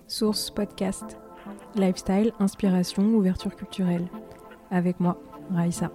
Source Podcast. Lifestyle, inspiration, ouverture culturelle. Avec moi, Raïssa.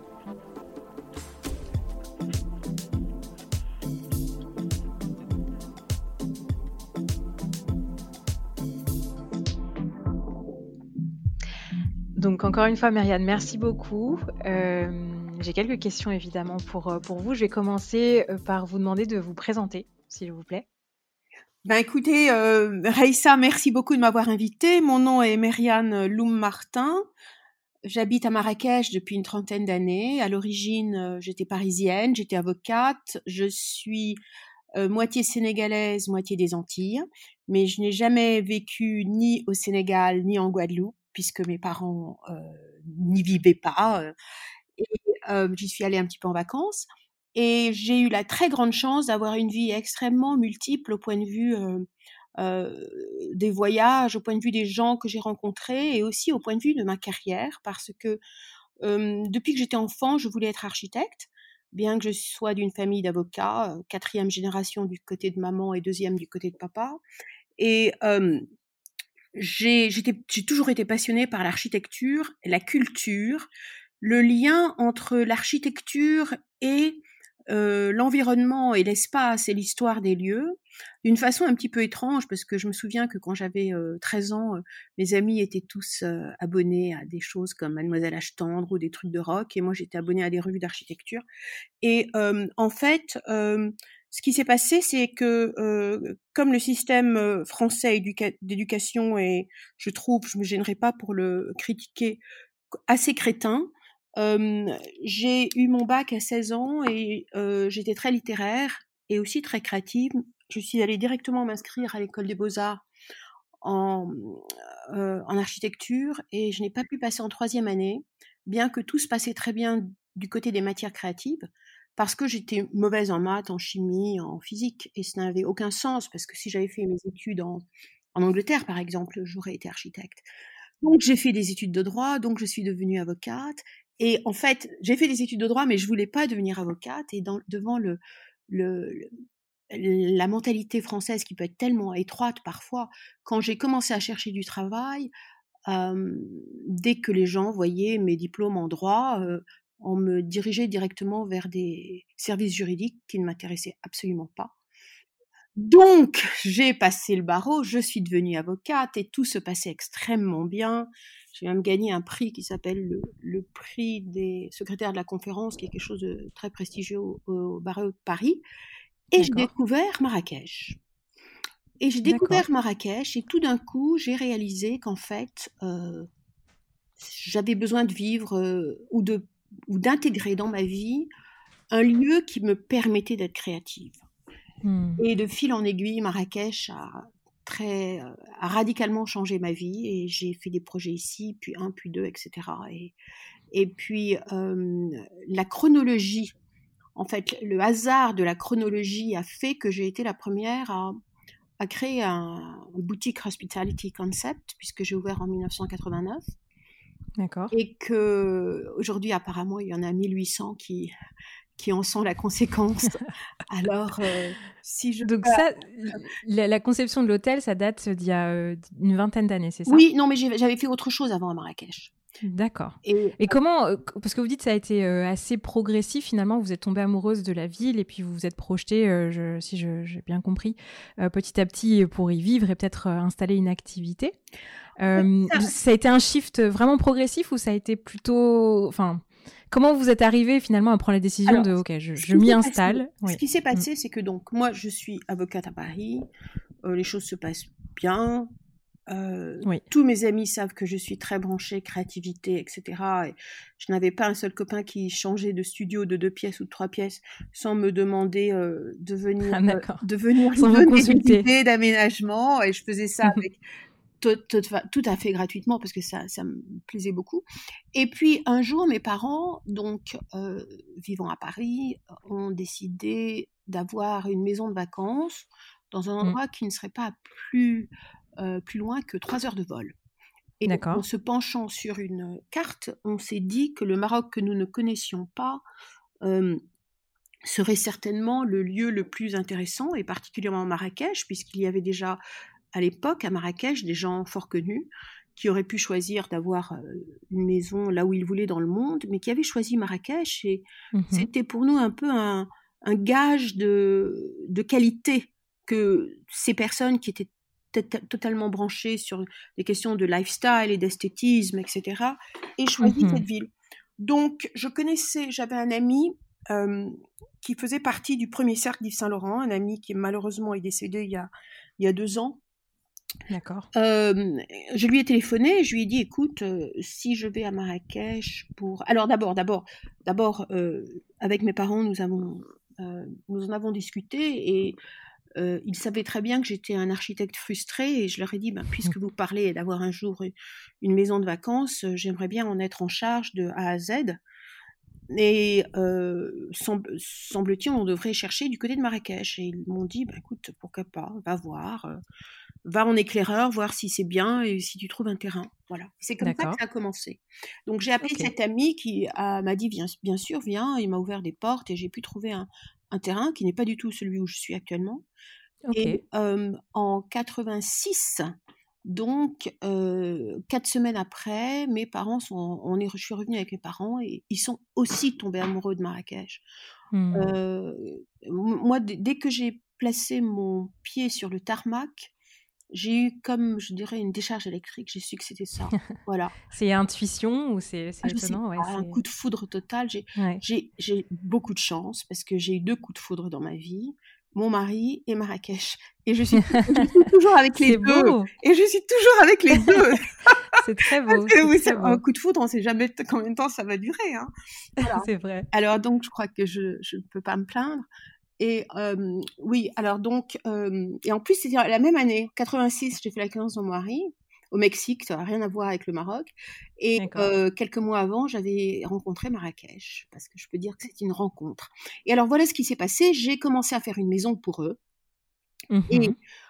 Donc encore une fois, Myriam, merci beaucoup. J'ai quelques questions évidemment pour vous. Je vais commencer par vous demander de vous présenter, s'il vous plaît. Écoutez, Raïssa, merci beaucoup de m'avoir invitée. Mon nom est Myriam Loum Martin. J'habite à Marrakech depuis une 30aine d'années. À l'origine, j'étais parisienne, j'étais avocate. Je suis moitié sénégalaise, moitié des Antilles. Mais je n'ai jamais vécu ni au Sénégal, ni en Guadeloupe, puisque mes parents n'y vivaient pas. J'y suis allée un petit peu en vacances. Et j'ai eu la très grande chance d'avoir une vie extrêmement multiple au point de vue des voyages, au point de vue des gens que j'ai rencontrés et aussi au point de vue de ma carrière, parce que depuis que j'étais enfant, je voulais être architecte, bien que je sois d'une famille d'avocats, 4e génération du côté de maman et 2e du côté de papa. Et j'ai toujours été passionnée par l'architecture, la culture, le lien entre l'architecture et l'environnement et l'espace et l'histoire des lieux, d'une façon un petit peu étrange, parce que je me souviens que quand j'avais 13 ans, mes amis étaient tous abonnés à des choses comme Mademoiselle H Tendre ou des trucs de rock, et moi j'étais abonnée à des revues d'architecture. Et en fait, ce qui s'est passé, c'est que comme le système français d'éducation est, je trouve, je me gênerai pas pour le critiquer, assez crétin. J'ai eu mon bac à 16 ans et j'étais très littéraire et aussi très créative. Je suis allée directement m'inscrire à l'école des beaux-arts en architecture et je n'ai pas pu passer en 3e année, bien que tout se passait très bien du côté des matières créatives, parce que j'étais mauvaise en maths, en chimie, en physique, et ça n'avait aucun sens, parce que si j'avais fait mes études en Angleterre, par exemple, j'aurais été architecte. Donc j'ai fait des études de droit, donc je suis devenue avocate. Et en fait, j'ai fait des études de droit, mais je voulais pas devenir avocate. Et devant la mentalité française qui peut être tellement étroite parfois, quand j'ai commencé à chercher du travail, dès que les gens voyaient mes diplômes en droit, on me dirigeait directement vers des services juridiques qui ne m'intéressaient absolument pas. Donc, j'ai passé le barreau, je suis devenue avocate et tout se passait extrêmement bien. J'ai même gagné un prix qui s'appelle le prix des secrétaires de la conférence, qui est quelque chose de très prestigieux au barreau de Paris. Et j'ai découvert Marrakech. Et j'ai découvert Marrakech et tout d'un coup, j'ai réalisé qu'en fait, j'avais besoin de vivre ou d'intégrer dans ma vie un lieu qui me permettait d'être créative. Et de fil en aiguille, Marrakech a radicalement changé ma vie et j'ai fait des projets ici, puis 1, puis 2, etc. Et puis la chronologie, en fait, le hasard de la chronologie a fait que j'ai été la première à créer un boutique Hospitality Concept, puisque j'ai ouvert en 1989. D'accord. Et qu'aujourd'hui, apparemment, il y en a 1800 qui en sont la conséquence. Alors, Donc ça, la conception de l'hôtel, ça date d'il y a une 20aine d'années, c'est ça ? Oui, non, mais j'avais fait autre chose avant à Marrakech. D'accord. Et comment, parce que vous dites que ça a été assez progressif, finalement, vous êtes tombée amoureuse de la ville et puis vous vous êtes projetée, si j'ai bien compris, petit à petit pour y vivre et peut-être installer une activité. Ça a été un shift vraiment progressif ou ça a été plutôt... Enfin, comment vous êtes arrivée finalement à prendre la décision de « Ok, je m'y installe ». Ce qui s'est passé, c'est que donc moi, je suis avocate à Paris, les choses se passent bien. Tous mes amis savent que je suis très branchée créativité, etc. Et je n'avais pas un seul copain qui changeait de studio de 2 pièces ou de 3 pièces sans me demander de venir sans vous consulter. des idées d'aménagement. Et je faisais ça avec tout à fait gratuitement parce que ça me plaisait beaucoup. Et puis un jour, mes parents, donc vivant à Paris, ont décidé d'avoir une maison de vacances dans un endroit qui ne serait pas plus loin que 3 heures de vol. Et en se penchant sur une carte, on s'est dit que le Maroc que nous ne connaissions pas serait certainement le lieu le plus intéressant, et particulièrement Marrakech, puisqu'il y avait déjà à l'époque, à Marrakech, des gens fort connus qui auraient pu choisir d'avoir une maison là où ils voulaient dans le monde, mais qui avaient choisi Marrakech. Et c'était pour nous un peu un gage de qualité que ces personnes qui étaient totalement branchées sur des questions de lifestyle et d'esthétisme, etc., aient choisi cette ville. Donc, j'avais un ami qui faisait partie du premier cercle d'Yves Saint-Laurent, un ami qui malheureusement est décédé il y a 2 ans. D'accord. Je lui ai téléphoné et je lui ai dit, écoute, si je vais à Marrakech pour... Alors d'abord, avec mes parents, nous en avons discuté et ils savaient très bien que j'étais un architecte frustré et je leur ai dit, puisque vous parlez d'avoir un jour une maison de vacances, j'aimerais bien en être en charge de A à Z. Et semble-t-il, on devrait chercher du côté de Marrakech. Et ils m'ont dit, écoute, pourquoi pas, va voir, va en éclaireur, voir si c'est bien et si tu trouves un terrain. Voilà. C'est comme ça que ça a commencé. Donc j'ai appelé cet ami qui m'a dit, bien sûr, viens. Il m'a ouvert des portes et j'ai pu trouver un terrain qui n'est pas du tout celui où je suis actuellement. Et en 86, donc 4 semaines après, mes parents je suis revenue avec mes parents et ils sont aussi tombés amoureux de Marrakech. Moi, dès que j'ai placé mon pied sur le tarmac, j'ai eu comme, je dirais, une décharge électrique. J'ai su que c'était ça. Voilà. C'est intuition ou c'est Je sais étonnant? pas, un coup de foudre total. J'ai beaucoup de chance parce que j'ai eu 2 coups de foudre dans ma vie, mon mari et Marrakech. Et je suis toujours avec les 2. Beau. Et je suis toujours avec les 2. C'est très beau. Parce que un coup de foudre, on ne sait jamais combien de temps ça va durer. Hein. Voilà. C'est vrai. Alors donc, je crois que je ne peux pas me plaindre. Et oui, alors donc, et en plus, c'était la même année, 86, j'ai fait la classe de mon mari au Mexique, ça n'a rien à voir avec le Maroc. Et quelques mois avant, j'avais rencontré Marrakech, parce que je peux dire que c'est une rencontre. Et alors voilà ce qui s'est passé, j'ai commencé à faire une maison pour eux. Et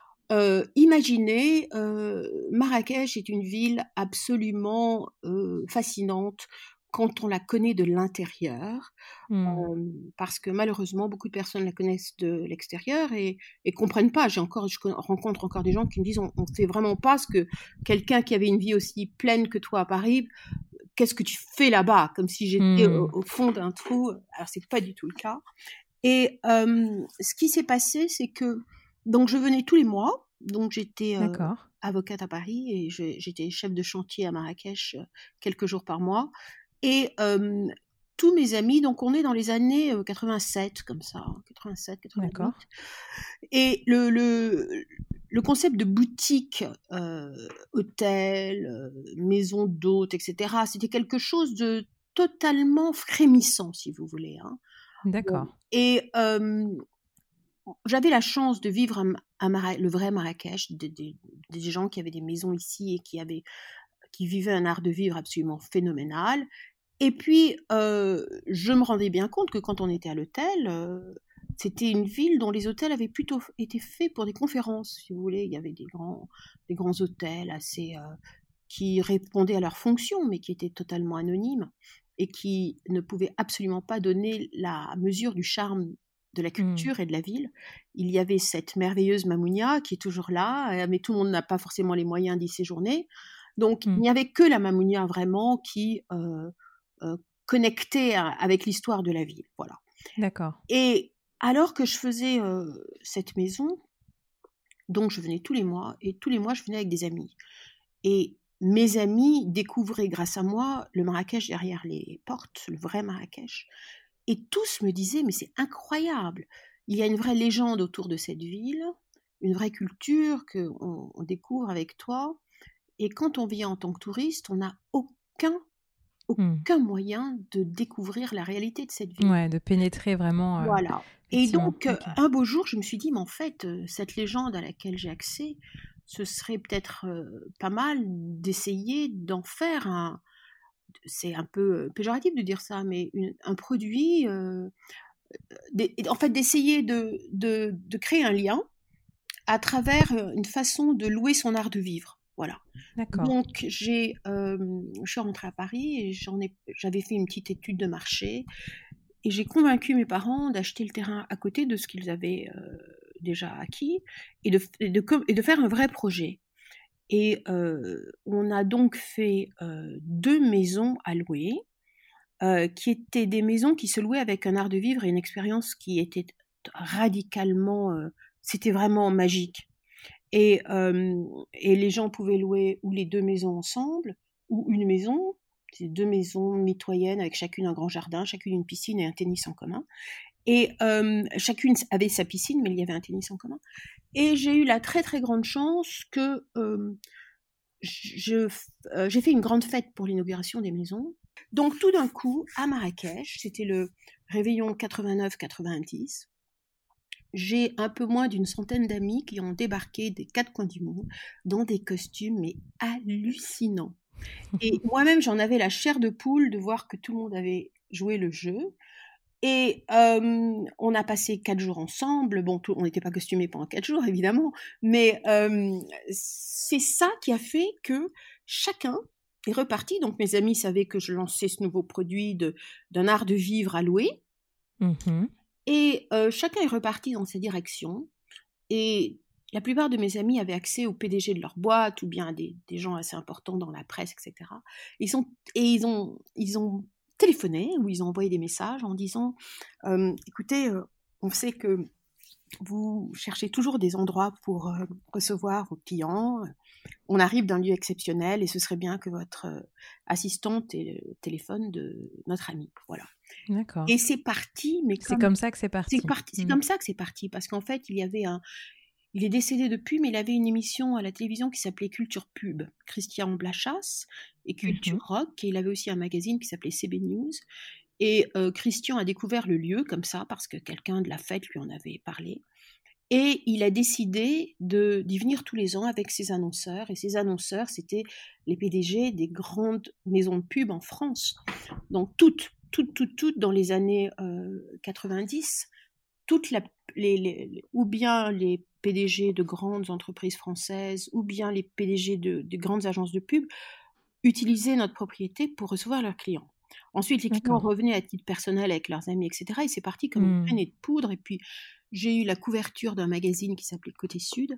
imaginez, Marrakech est une ville absolument fascinante quand on la connaît de l'intérieur, parce que malheureusement, beaucoup de personnes la connaissent de l'extérieur et comprennent pas. Je rencontre encore des gens qui me disent on sait vraiment pas ce que quelqu'un qui avait une vie aussi pleine que toi à Paris, qu'est-ce que tu fais là-bas, comme si j'étais au fond d'un trou. Alors c'est pas du tout le cas. Et ce qui s'est passé, c'est que donc je venais tous les mois. Donc j'étais avocate à Paris et j'étais chef de chantier à Marrakech quelques jours par mois. Et tous mes amis, donc on est dans les années 87, comme ça, 87, 88. Et le concept de boutique, hôtel, maison d'hôtes, etc., c'était quelque chose de totalement frémissant, si vous voulez. Hein. D'accord. Et j'avais la chance de vivre le vrai Marrakech, des gens qui avaient des maisons ici et qui vivaient un art de vivre absolument phénoménal. Et puis, je me rendais bien compte que quand on était à l'hôtel, c'était une ville dont les hôtels avaient plutôt été faits pour des conférences, si vous voulez. Il y avait des grands hôtels assez qui répondaient à leur fonction, mais qui étaient totalement anonymes et qui ne pouvaient absolument pas donner la mesure du charme de la culture et de la ville. Il y avait cette merveilleuse Mamounia qui est toujours là, mais tout le monde n'a pas forcément les moyens d'y séjourner. Donc, il n'y avait que la Mamounia vraiment qui connectait avec l'histoire de la ville. Voilà. D'accord. Et alors que je faisais cette maison, donc je venais tous les mois, et tous les mois, je venais avec des amis. Et mes amis découvraient grâce à moi le Marrakech derrière les portes, le vrai Marrakech. Et tous me disaient, mais c'est incroyable, il y a une vraie légende autour de cette ville, une vraie culture qu'on découvre avec toi. Et quand on vient en tant que touriste, on n'a aucun moyen de découvrir la réalité de cette ville. Ouais, de pénétrer vraiment. Voilà. Et donc, un beau jour, je me suis dit, mais en fait, cette légende à laquelle j'ai accès, ce serait peut-être pas mal d'essayer d'en faire c'est un peu péjoratif de dire ça, mais un produit, en fait, d'essayer de créer un lien à travers une façon de louer son art de vivre. Voilà. D'accord. Donc, je suis rentrée à Paris et j'avais fait une petite étude de marché et j'ai convaincu mes parents d'acheter le terrain à côté de ce qu'ils avaient déjà acquis et de faire un vrai projet. Et on a donc fait 2 maisons à louer, qui étaient des maisons qui se louaient avec un art de vivre et une expérience qui était radicalement, c'était vraiment magique. Et les gens pouvaient louer ou les 2 maisons ensemble, ou une maison. C'est 2 maisons mitoyennes avec chacune un grand jardin, chacune une piscine et un tennis en commun. Et chacune avait sa piscine, mais il y avait un tennis en commun. Et j'ai eu la très très grande chance que j'ai fait une grande fête pour l'inauguration des maisons. Donc tout d'un coup, à Marrakech, c'était le réveillon 89-90, j'ai un peu moins d'une centaine d'amis qui ont débarqué des 4 coins du monde dans des costumes mais hallucinants. Et moi-même, j'en avais la chair de poule de voir que tout le monde avait joué le jeu. Et on a passé 4 jours ensemble. Bon, on n'était pas costumés pendant 4 jours, évidemment, mais c'est ça qui a fait que chacun est reparti. Donc mes amis savaient que je lançais ce nouveau produit d'un art de vivre à louer. Mhm. Et chacun est reparti dans sa direction. Et la plupart de mes amis avaient accès au PDG de leur boîte ou bien à des gens assez importants dans la presse, etc. Ils ont téléphoné ou ils ont envoyé des messages en disant écoutez, on sait que vous cherchez toujours des endroits pour recevoir vos clients. On arrive d'un lieu exceptionnel et ce serait bien que votre assistante ait le téléphone de notre ami. Voilà. D'accord. Et c'est parti, mais c'est comme ça que c'est parti. C'est comme ça que c'est parti, parce qu'en fait, il est décédé depuis, mais il avait une émission à la télévision qui s'appelait Culture Pub, Christian Blachas, et Culture Rock, et il avait aussi un magazine qui s'appelait CB News. Et Christian a découvert le lieu comme ça, parce que quelqu'un de la fête lui en avait parlé. Et il a décidé d'y venir tous les ans avec ses annonceurs. Et ses annonceurs, c'était les PDG des grandes maisons de pub en France. Donc toutes dans les années 90, ou bien les PDG de grandes entreprises françaises, ou bien les PDG de grandes agences de pub, utilisaient notre propriété pour recevoir leurs clients. Ensuite, les clients revenaient à titre personnel avec leurs amis, etc. Et c'est parti comme une traînée de poudre. Et puis, j'ai eu la couverture d'un magazine qui s'appelait Côté Sud.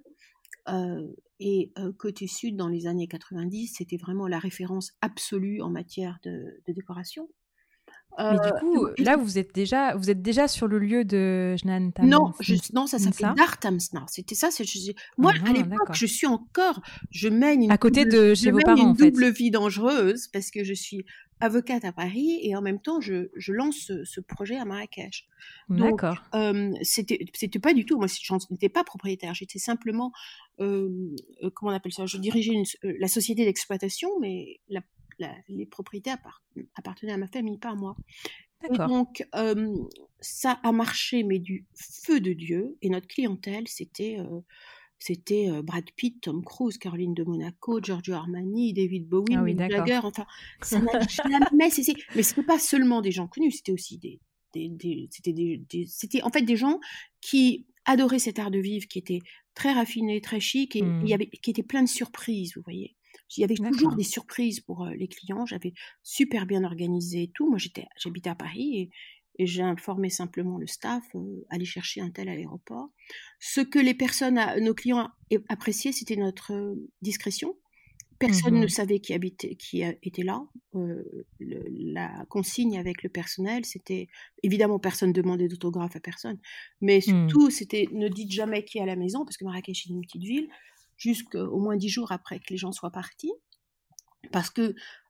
Côté Sud, dans les années 90, c'était vraiment la référence absolue en matière de décoration. Mais du coup, là, vous êtes déjà sur le lieu de Jnan Tam. Non, ça s'appelait Dar Tamsna. C'était ça. Moi, à l'époque, je mène à côté de chez vos parents, une double vie dangereuse parce que je suis avocate à Paris et en même temps, je lance ce projet à Marrakech. Donc, c'était pas du tout. Moi, je n'étais pas propriétaire. J'étais simplement, comment on appelle ça ? Je dirigeais la société d'exploitation, mais les propriétés appartenaient à ma famille, pas à moi. Et donc, ça a marché, mais du feu de Dieu. Et notre clientèle, c'était Brad Pitt, Tom Cruise, Caroline de Monaco, Giorgio Armani, David Bowie, Mick Jagger. Enfin, ça n'a jamais cessé. Mais c'était pas seulement des gens connus, c'était aussi c'était en fait des gens qui adoraient cet art de vivre, qui était très raffiné, très chic, et qui était plein de surprises, vous voyez. Il y avait toujours des surprises pour les clients. J'avais super bien organisé et tout. Moi, j'habitais à Paris et j'ai informé simplement le staff, aller chercher un tel à l'aéroport. Ce que nos clients appréciaient, c'était notre discrétion. Personne ne savait qui était là. La consigne avec le personnel, c'était évidemment personne demandait d'autographe à personne, mais surtout c'était ne dites jamais qui est à la maison parce que Marrakech est une petite ville. Jusqu'au moins 10 jours après que les gens soient partis. Parce que,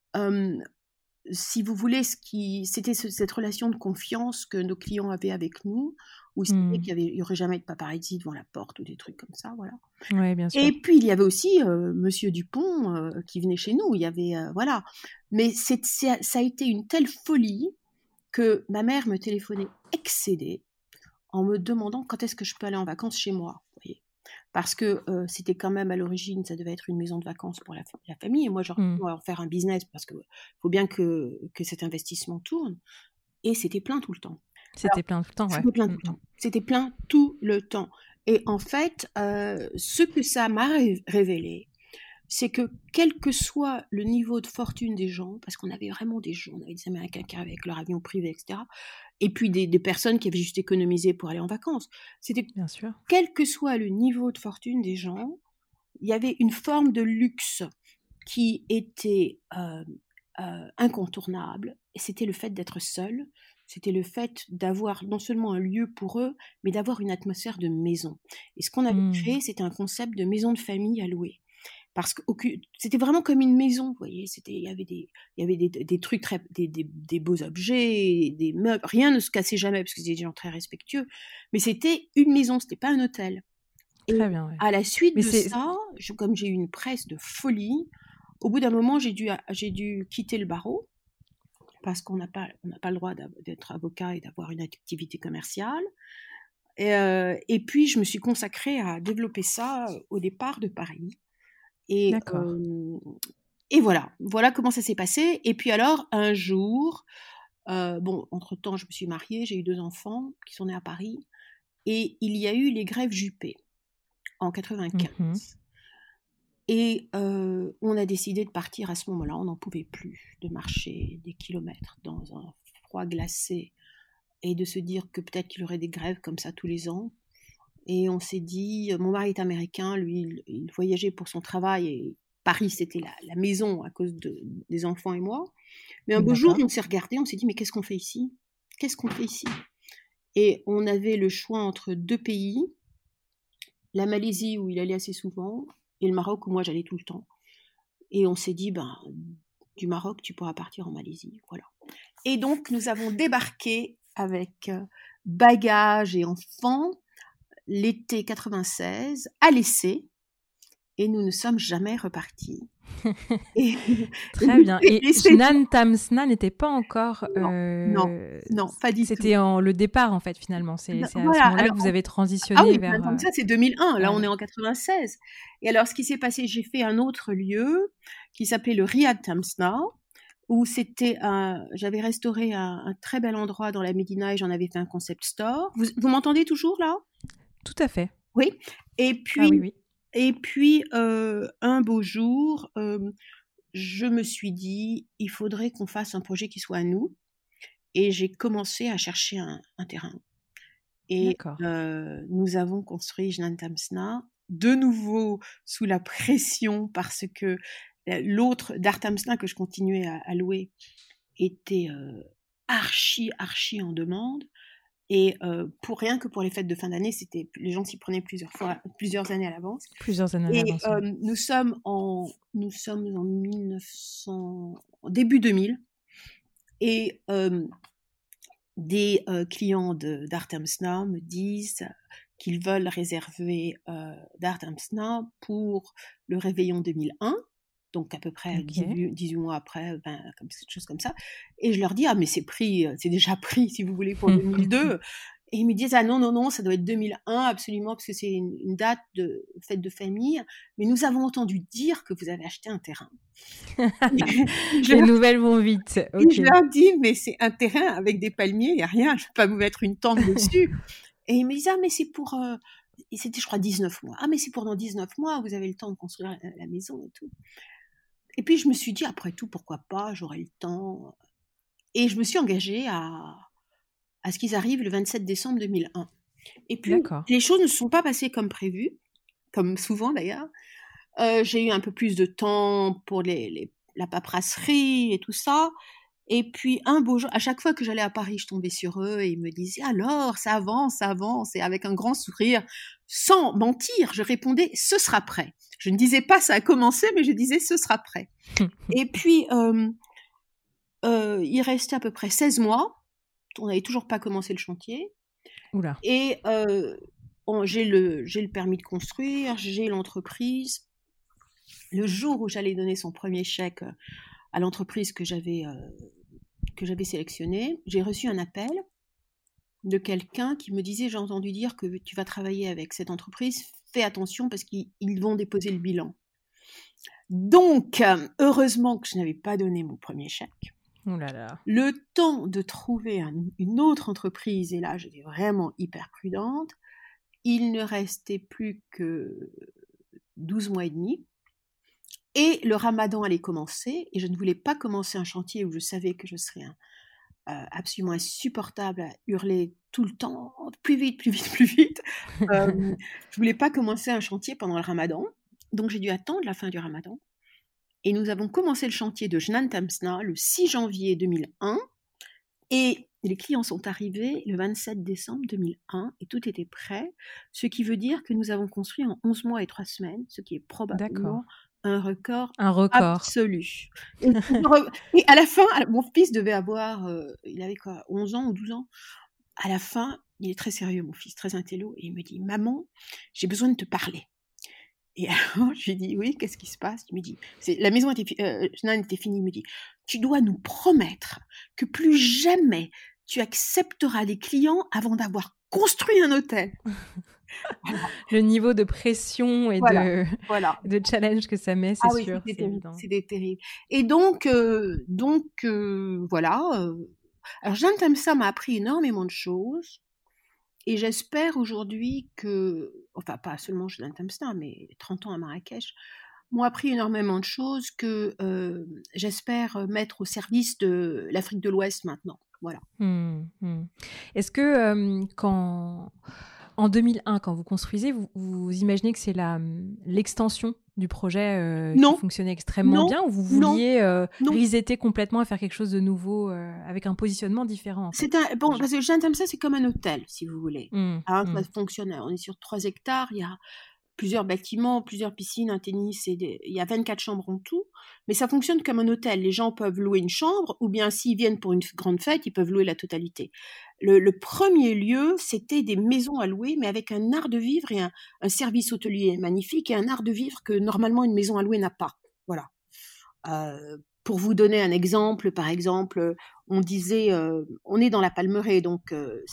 si vous voulez, c'était cette relation de confiance que nos clients avaient avec nous, où ils savaient qu'il n'y aurait jamais de paparazzi devant la porte ou des trucs comme ça, voilà. Ouais, bien sûr. Et puis, il y avait aussi Monsieur Dupont qui venait chez nous. Il y avait, voilà. Mais ça a été une telle folie que ma mère me téléphonait excédée en me demandant quand est-ce que je peux aller en vacances chez moi, vous voyez. Parce que c'était quand même à l'origine, ça devait être une maison de vacances pour la famille. Et moi, j'aurais pu en faire un business parce qu'il faut bien que cet investissement tourne. Et c'était plein tout le temps. C'était plein tout le temps, ouais. C'était plein tout le temps. C'était plein tout le temps. Et en fait, ce que ça m'a révélé, c'est que quel que soit le niveau de fortune des gens, parce qu'on avait vraiment des gens, on avait des Américains qui arrivaient avec leur avion privé, etc., et puis des personnes qui avaient juste économisé pour aller en vacances. C'était, Bien sûr. quel que soit le niveau de fortune des gens, il y avait une forme de luxe qui était incontournable, et c'était le fait d'être seul, c'était le fait d'avoir non seulement un lieu pour eux, mais d'avoir une atmosphère de maison. Et ce qu'on avait créé, c'était un concept de maison de famille à louer. Parce que c'était vraiment comme une maison, vous voyez. Il y avait des trucs des beaux objets, des meubles. Rien ne se cassait jamais parce que c'était des gens très respectueux. Mais c'était une maison, c'était pas un hôtel. Très Et bien, ouais. à la suite Mais de ça, comme j'ai eu une presse de folie, au bout d'un moment, j'ai dû quitter le barreau parce qu'on n'a pas le droit d'être avocat et d'avoir une activité commerciale. Et puis, je me suis consacrée à développer ça au départ de Paris. D'accord. Et voilà comment ça s'est passé. Et puis alors, un jour, entre-temps, je me suis mariée, j'ai eu 2 enfants qui sont nés à Paris, et il y a eu les grèves Juppé en 95. Et on a décidé de partir à ce moment-là. On n'en pouvait plus de marcher des kilomètres dans un froid glacé et de se dire que peut-être qu'il y aurait des grèves comme ça tous les ans. Et on s'est dit, mon mari est américain, lui, il voyageait pour son travail, et Paris, c'était la maison à cause des enfants et moi. Mais un beau jour, on s'est regardé, on s'est dit, mais qu'est-ce qu'on fait ici ? Qu'est-ce qu'on fait ici ? Et on avait le choix entre 2 pays, la Malaisie où il allait assez souvent, et le Maroc où moi j'allais tout le temps. Et on s'est dit, du Maroc, tu pourras partir en Malaisie. Voilà. Et donc, nous avons débarqué avec bagages et enfants l'été 96 à l'essai, et nous ne sommes jamais repartis. Très bien. Et Jnan Tamsna n'était pas encore... Non, pas du tout. C'était le départ, en fait, finalement. C'est à ce moment-là que vous avez transitionné vers... Comme ça, c'est 2001. Là, on est en 96. Et alors, ce qui s'est passé, j'ai fait un autre lieu qui s'appelait le Riyad Tamsna, où j'avais restauré un très bel endroit dans la Médina et j'en avais fait un concept store. Vous m'entendez toujours, là ? Tout à fait. Oui. Et puis... oui. Et puis, un beau jour, je me suis dit, il faudrait qu'on fasse un projet qui soit à nous. Et j'ai commencé à chercher un terrain. Et nous avons construit Jnan Tamsna, de nouveau sous la pression, parce que l'autre Dar Tamsna que je continuais à louer était archi en demande. Et rien que pour les fêtes de fin d'année, les gens s'y prenaient plusieurs années à l'avance. Nous sommes en début 2000, et des clients d'Ar Tamsna me disent qu'ils veulent réserver Dar Tamsna pour le réveillon 2001. Donc à peu près 18 mois après, quelque chose comme ça. Et je leur dis, mais c'est déjà pris, si vous voulez, pour 2002. Et ils me disent, non, ça doit être 2001, absolument, parce que c'est une date de fête de famille. Mais nous avons entendu dire que vous avez acheté un terrain. Les nouvelles vont vite. Et je leur dis, mais c'est un terrain avec des palmiers, il n'y a rien, je ne vais pas vous mettre une tente dessus. Et ils me disent, mais c'est pour... c'était, je crois, 19 mois. Mais c'est pour dans 19 mois, vous avez le temps de construire la maison et tout. Et puis, je me suis dit, après tout, pourquoi pas, j'aurai le temps. Et je me suis engagée à ce qu'ils arrivent le 27 décembre 2001. Et puis, les choses ne se sont pas passées comme prévu, comme souvent d'ailleurs. J'ai eu un peu plus de temps pour la paperasserie et tout ça. Et puis, un beau jour, à chaque fois que j'allais à Paris, je tombais sur eux et ils me disaient, alors, ça avance. Et avec un grand sourire, sans mentir, je répondais, ce sera prêt. Je ne disais pas ça a commencé, mais je disais, ce sera prêt. Et puis, il restait à peu près 16 mois. On n'avait toujours pas commencé le chantier. Oula. Et j'ai le permis de construire, j'ai l'entreprise. Le jour où j'allais donner son premier chèque à l'entreprise que j'avais sélectionnée, j'ai reçu un appel de quelqu'un qui me disait, j'ai entendu dire que tu vas travailler avec cette entreprise, fais attention parce qu'ils vont déposer le bilan. Donc, heureusement que je n'avais pas donné mon premier chèque. Oh là là. Le temps de trouver une autre entreprise, et là j'étais vraiment hyper prudente, il ne restait plus que 12 mois et demi, et le ramadan allait commencer, et je ne voulais pas commencer un chantier où je savais que je serais absolument insupportable à hurler tout le temps, plus vite, plus vite, plus vite. Je voulais pas commencer un chantier pendant le Ramadan, donc j'ai dû attendre la fin du Ramadan. Et nous avons commencé le chantier de Jnan Tamsna le 6 janvier 2001, et les clients sont arrivés le 27 décembre 2001, et tout était prêt, ce qui veut dire que nous avons construit en 11 mois et 3 semaines, ce qui est probablement un record absolu. Et à la fin, mon fils devait avoir, il avait quoi, 11 ans ou 12 ans. À la fin, il est très sérieux, mon fils, très intello, et il me dit « Maman, j'ai besoin de te parler ». Et alors, je lui dis « Oui, qu'est-ce qui se passe ?» Il me dit « La maison était finie. » Il me dit « Tu dois nous promettre que plus jamais tu accepteras des clients avant d'avoir construit un hôtel. » Le niveau de pression et de challenge que ça met, c'est sûr. Oui, c'était terrible. Et donc voilà. Alors, Jnan Tamsna m'a appris énormément de choses. Et j'espère aujourd'hui que, enfin, pas seulement Jnan Tamsna, mais 30 ans à Marrakech, m'ont appris énormément de choses que j'espère mettre au service de l'Afrique de l'Ouest maintenant. Voilà. Est-ce que en 2001, quand vous construisez, vous imaginez que c'est l'extension du projet qui fonctionnait extrêmement bien, ou vous vouliez resetter complètement et faire quelque chose de nouveau avec un positionnement différent, en fait? Parce que Jnan Tamsna, c'est comme un hôtel, si vous voulez. Ça fonctionne. On est sur 3 hectares, il y a plusieurs bâtiments, plusieurs piscines, un tennis, il y a 24 chambres en tout, mais ça fonctionne comme un hôtel. Les gens peuvent louer une chambre, ou bien s'ils viennent pour une grande fête, ils peuvent louer la totalité. Le premier lieu, c'était des maisons à louer, mais avec un art de vivre et un service hôtelier magnifique, et un art de vivre que normalement une maison à louer n'a pas. Voilà. Pour vous donner un exemple, par exemple, on disait, on est dans la Palmeraie, donc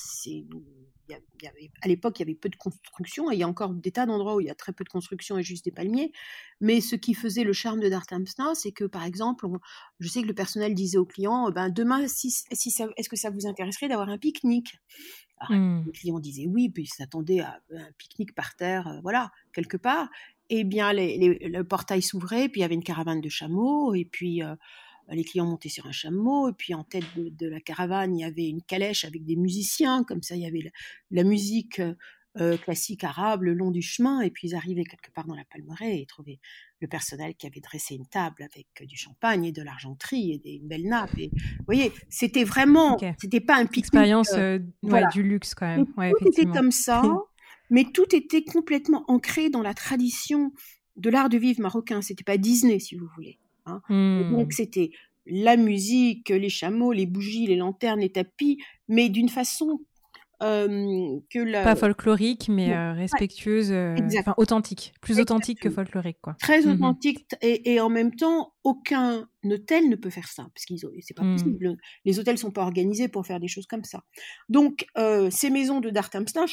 à l'époque, il y avait peu de construction, et il y a encore des tas d'endroits où il y a très peu de construction et juste des palmiers. Mais ce qui faisait le charme de Dar Tamsna, c'est que, par exemple, je sais que le personnel disait aux clients, demain, est-ce que ça vous intéresserait d'avoir un pique-nique? Alors, les clients disaient oui, puis ils s'attendaient à un pique-nique par terre, voilà, quelque part. Eh bien, le portail s'ouvrait, puis il y avait une caravane de chameaux, et puis les clients montaient sur un chameau, et puis en tête de la caravane, il y avait une calèche avec des musiciens, comme ça il y avait la musique classique arabe le long du chemin, et puis ils arrivaient quelque part dans la Palmeraie et trouvaient le personnel qui avait dressé une table avec du champagne et de l'argenterie et une belle nappe. Et vous voyez, c'était vraiment, c'était pas un pique-nique. Expérience du luxe quand même. Tout était comme ça, mais tout était complètement ancré dans la tradition de l'art de vivre marocain. C'était pas Disney, si vous voulez. Donc c'était la musique, les chameaux, les bougies, les lanternes, les tapis, mais d'une façon pas folklorique, mais respectueuse, authentique, plus authentique que folklorique, quoi. Très authentique, et en même temps, aucun hôtel ne peut faire ça, parce que c'est pas possible. Les hôtels sont pas organisés pour faire des choses comme ça. Donc, ces maisons de Dar Tamsna,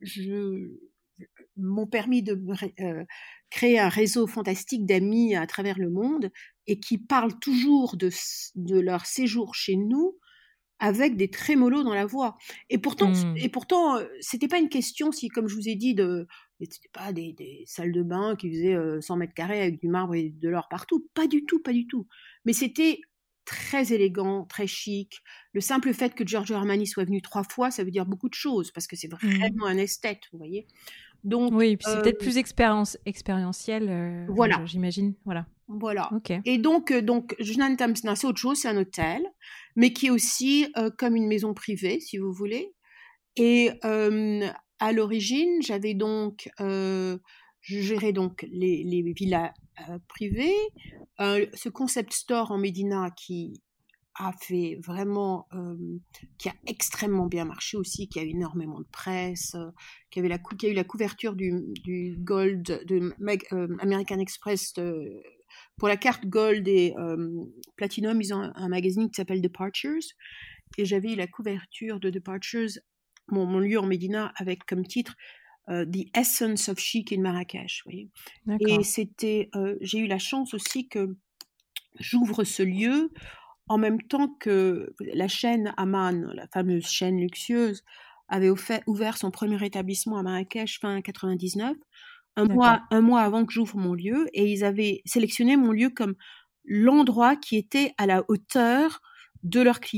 m'ont permis de créer un réseau fantastique d'amis à travers le monde, et qui parlent toujours de leur séjour chez nous avec des trémolos dans la voix. Et pourtant, c'était pas une question, si, comme je vous ai dit, c'était pas des salles de bain qui faisaient 100 mètres carrés avec du marbre et de l'or partout. Pas du tout, pas du tout. Mais c'était très élégant, très chic. Le simple fait que Giorgio Armani soit venu 3 fois, ça veut dire beaucoup de choses, parce que c'est vraiment un esthète, vous voyez. Donc, oui, puis c'est peut-être plus expérientiel, voilà. J'imagine. Voilà. Okay. Et donc Jnan Tamsna, c'est autre chose, c'est un hôtel, mais qui est aussi comme une maison privée, si vous voulez. Et à l'origine, j'avais donc, je gérais donc les villas privées, ce concept store en Médina qui a fait vraiment, qui a extrêmement bien marché aussi, qui a eu énormément de presse, qui a eu la couverture du Gold, de American Express, pour la carte Gold et Platinum. Ils ont un magazine qui s'appelle Departures, et j'avais eu la couverture de Departures, mon lieu en Médina, avec comme titre The Essence of Chic in Marrakech, vous voyez. Et c'était, j'ai eu la chance aussi que j'ouvre ce lieu en même temps que la chaîne Aman, la fameuse chaîne luxueuse, avait ouvert son premier établissement à Marrakech fin 99, un mois avant que j'ouvre mon lieu, et ils avaient sélectionné mon lieu comme l'endroit qui était à la hauteur de leurs clients.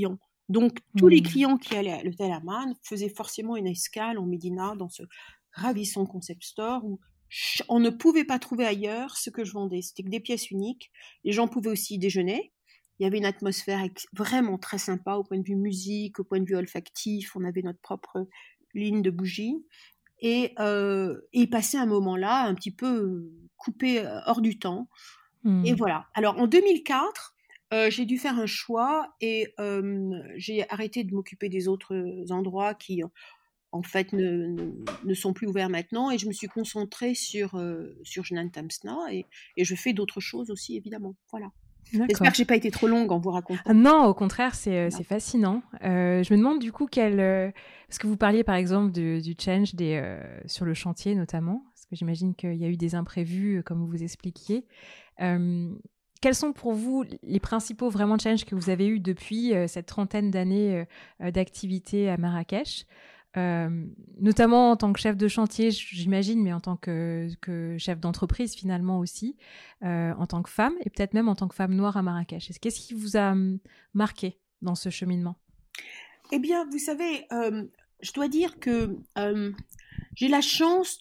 Donc, tous les clients qui allaient à l'hôtel Aman faisaient forcément une escale en Médina, dans ce ravissant concept store où on ne pouvait pas trouver ailleurs ce que je vendais. C'était que des pièces uniques. Les gens pouvaient aussi déjeuner. Il y avait une atmosphère vraiment très sympa au point de vue musique, au point de vue olfactif. On avait notre propre ligne de bougies. Et passer un moment là un petit peu coupé hors du temps. Et voilà. Alors, en 2004, j'ai dû faire un choix et j'ai arrêté de m'occuper des autres endroits qui, en fait, ne sont plus ouverts maintenant, et je me suis concentrée sur Jeanne Thamsna, et je fais d'autres choses aussi, évidemment. Voilà. J'espère que j'ai pas été trop longue en vous racontant. Ah non, au contraire, c'est fascinant. Je me demande du coup parce que vous parliez par exemple du change sur le chantier notamment, parce que j'imagine qu'il y a eu des imprévus, comme vous expliquiez. Quels sont pour vous les principaux vraiment challenges que vous avez eus depuis cette trentaine d'années d'activité à Marrakech, notamment en tant que chef de chantier, j'imagine, mais en tant que chef d'entreprise finalement aussi, en tant que femme, et peut-être même en tant que femme noire à Marrakech. Qu'est-ce qui vous a marqué dans ce cheminement ? Eh bien, vous savez, je dois dire que j'ai la chance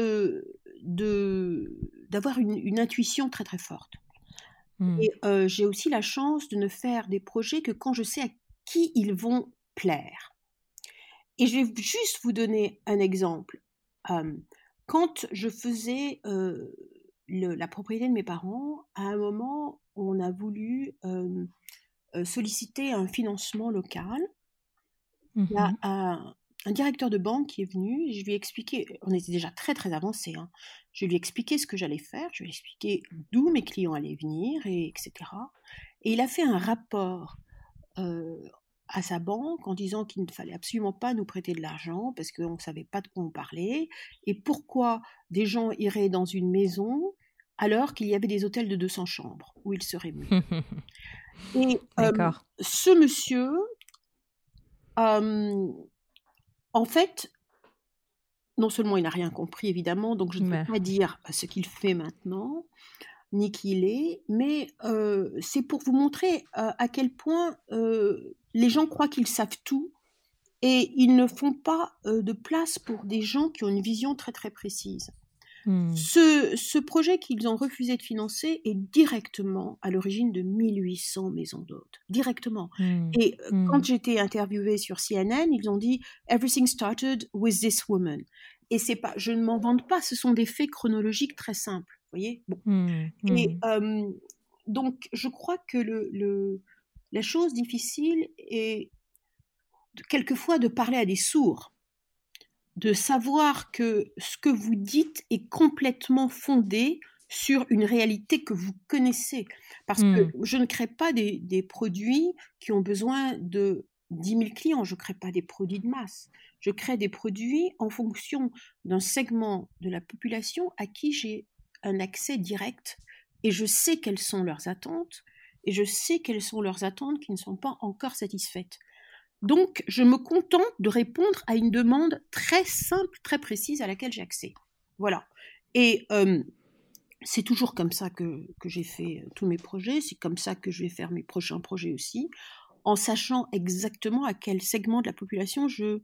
d'avoir une intuition très très forte. Et j'ai aussi la chance de ne faire des projets que quand je sais à qui ils vont plaire. Et je vais juste vous donner un exemple. Quand je faisais la propriété de mes parents, à un moment, on a voulu solliciter un financement local. Il y a un directeur de banque qui est venu, je lui ai expliqué, on était déjà très très avancé, hein. Je lui ai expliqué ce que j'allais faire, je lui ai expliqué d'où mes clients allaient venir, etc. Et il a fait un rapport à sa banque en disant qu'il ne fallait absolument pas nous prêter de l'argent parce qu'on ne savait pas de quoi on parlait, et pourquoi des gens iraient dans une maison alors qu'il y avait des hôtels de 200 chambres où ils seraient mieux. Et ce monsieur, en fait, non seulement il n'a rien compris, évidemment, donc je ne peux pas dire ce qu'il fait maintenant, ni qui il est, mais c'est pour vous montrer à quel point les gens croient qu'ils savent tout, et ils ne font pas de place pour des gens qui ont une vision très très précise. Ce projet qu'ils ont refusé de financer est directement à l'origine de 1800 maisons d'hôtes, directement. Et quand j'étais interviewée sur CNN, ils ont dit « Everything started with this woman ». Et c'est pas, je ne m'en vante pas, ce sont des faits chronologiques très simples, vous voyez. Bon. Et donc, je crois que la chose difficile est quelquefois de parler à des sourds, de savoir que ce que vous dites est complètement fondé sur une réalité que vous connaissez. Parce que je ne crée pas des produits qui ont besoin de 10 000 clients, je ne crée pas des produits de masse. Je crée des produits en fonction d'un segment de la population à qui j'ai un accès direct, et je sais quelles sont leurs attentes, et je sais quelles sont leurs attentes qui ne sont pas encore satisfaites. Donc, je me contente de répondre à une demande très simple, très précise à laquelle j'ai accès. Voilà. Et c'est toujours comme ça que j'ai fait tous mes projets. C'est comme ça que je vais faire mes prochains projets aussi, en sachant exactement à quel segment de la population je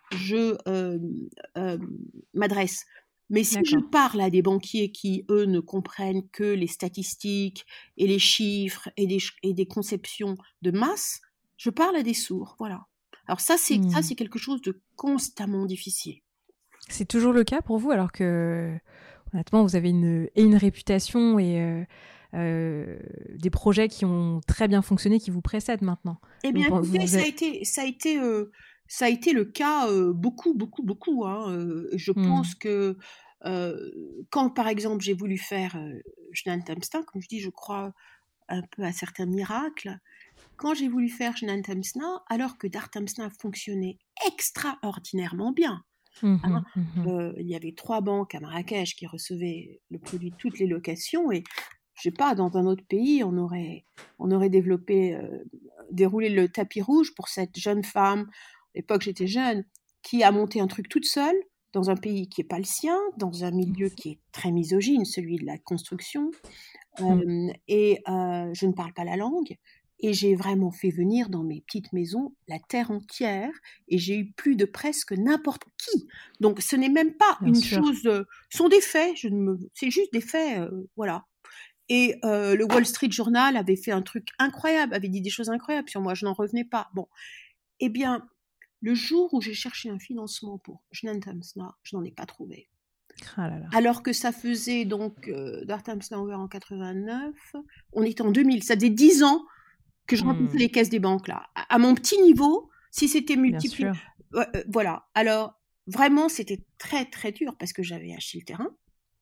m'adresse. Mais si je parle à des banquiers qui, eux, ne comprennent que les statistiques et les chiffres et des conceptions de masse, je parle à des sourds, voilà. Alors ça, c'est quelque chose de constamment difficile. C'est toujours le cas pour vous, alors que, honnêtement, vous avez une réputation et des projets qui ont très bien fonctionné, qui vous précèdent maintenant. Eh bien, écoutez, ça a été le cas beaucoup. Hein. Je pense que quand, par exemple, j'ai voulu faire Jeanne Thamsna, comme je dis, je crois un peu à certains miracles. Quand j'ai voulu faire Jeanne Thamsna, alors que Dar Thamsna fonctionnait extraordinairement bien, il y avait 3 banques à Marrakech qui recevaient le produit de toutes les locations, et je sais pas, dans un autre pays, on aurait développé, déroulé le tapis rouge pour cette jeune femme, à l'époque j'étais jeune, qui a monté un truc toute seule, dans un pays qui n'est pas le sien, dans un milieu qui est très misogyne, celui de la construction, et je ne parle pas la langue, Et j'ai vraiment fait venir dans mes petites maisons la terre entière et j'ai eu plus de presque n'importe qui. Donc ce n'est même pas Bien une sûr. chose, ce sont des faits, c'est juste des faits, voilà. Et le Wall Street Journal avait fait un truc incroyable, avait dit des choses incroyables sur moi, je n'en revenais pas. Bon, eh bien, le jour où j'ai cherché un financement pour Jnantamsna, je n'en ai pas trouvé. Ah là là. Alors que ça faisait donc, Dartamsna ouvert en 89, on était en 2000, ça faisait 10 ans que je remplissais les caisses des banques là. À mon petit niveau, si c'était Bien multiplié, sûr. voilà. Alors vraiment, c'était très très dur parce que j'avais acheté le terrain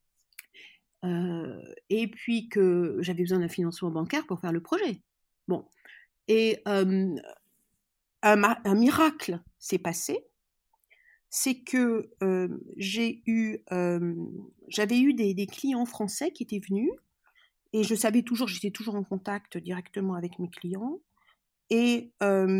et puis que j'avais besoin d'un financement bancaire pour faire le projet. Bon, et un miracle s'est passé, c'est que j'avais eu des clients français qui étaient venus et je savais toujours, j'étais toujours en contact directement avec mes clients. Et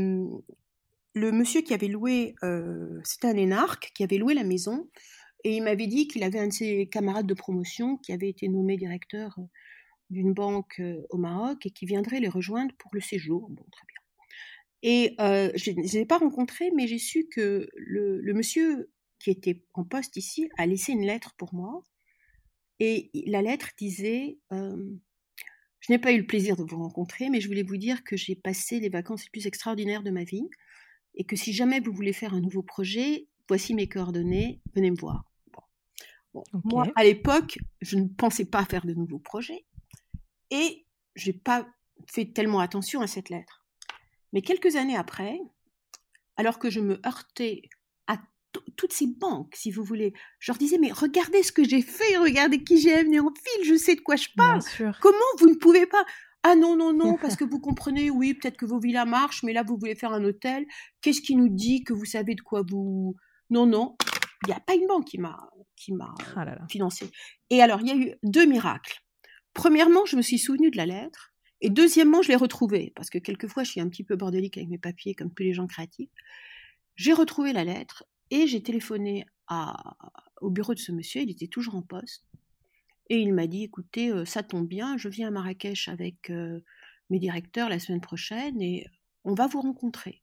le monsieur qui avait loué, c'était un énarque qui avait loué la maison, et il m'avait dit qu'il avait un de ses camarades de promotion qui avait été nommé directeur d'une banque au Maroc et qui viendrait les rejoindre pour le séjour. Bon, très bien. Et je ne les ai pas rencontrés, mais j'ai su que le monsieur qui était en poste ici a laissé une lettre pour moi. Et la lettre disait je n'ai pas eu le plaisir de vous rencontrer, mais je voulais vous dire que j'ai passé les vacances les plus extraordinaires de ma vie et que si jamais vous voulez faire un nouveau projet, voici mes coordonnées, venez me voir. Bon. Ok. Moi, à l'époque, je ne pensais pas faire de nouveaux projets et je n'ai pas fait tellement attention à cette lettre. Mais quelques années après, alors que je me heurtais à toutes ces banques, si vous voulez, je leur disais, mais regardez ce que j'ai fait, regardez qui j'ai amené en file, je sais de quoi je parle. Bien sûr. Comment vous ne pouvez pas? Ah non, non, non, parce que vous comprenez, oui, peut-être que vos villas marchent, mais là, vous voulez faire un hôtel. Qu'est-ce qui nous dit que vous savez de quoi vous... Non, non, il n'y a pas une banque qui m'a Ah là là. financé. Et alors, il y a eu 2 miracles. Premièrement, je me suis souvenue de la lettre. Et deuxièmement, je l'ai retrouvée, parce que quelquefois, je suis un petit peu bordélique avec mes papiers, comme tous les gens créatifs. J'ai retrouvé la lettre et j'ai téléphoné au bureau de ce monsieur, il était toujours en poste. Et il m'a dit, écoutez, ça tombe bien, je viens à Marrakech avec mes directeurs la semaine prochaine et on va vous rencontrer.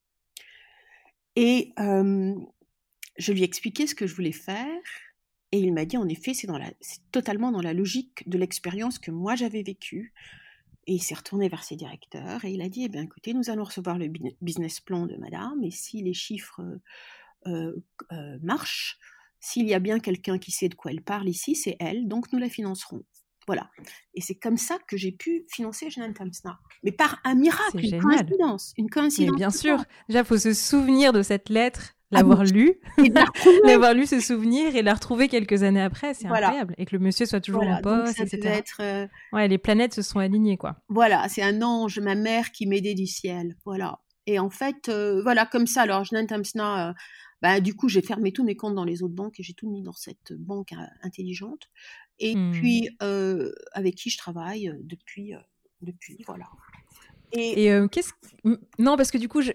Et je lui ai expliqué ce que je voulais faire et il m'a dit, en effet, c'est totalement dans la logique de l'expérience que moi j'avais vécue. Et il s'est retourné vers ses directeurs et il a dit, eh bien, écoutez, nous allons recevoir le business plan de madame et si les chiffres marchent, s'il y a bien quelqu'un qui sait de quoi elle parle ici, c'est elle, donc nous la financerons. Voilà. Et c'est comme ça que j'ai pu financer Jnantamsna. Mais par un miracle, C'est une génial. coïncidence. Une Mais coïncidence. bien sûr. Déjà, il faut se souvenir de cette lettre, Ah l'avoir oui. lue, Et de la retrouver. l'avoir lu, se souvenir et la retrouver quelques années après. C'est Voilà. incroyable. Et que le monsieur soit toujours Voilà. en Donc poste, ça etc. devait être... Ouais, les planètes se sont alignées, quoi. Voilà, c'est un ange, ma mère qui m'aidait du ciel. Voilà. Et en fait, voilà, comme ça. Alors, Jnantamsna, du coup, j'ai fermé tous mes comptes dans les autres banques et j'ai tout mis dans cette banque intelligente. Et puis, avec qui je travaille depuis, voilà. Et qu'est-ce non, parce que du coup,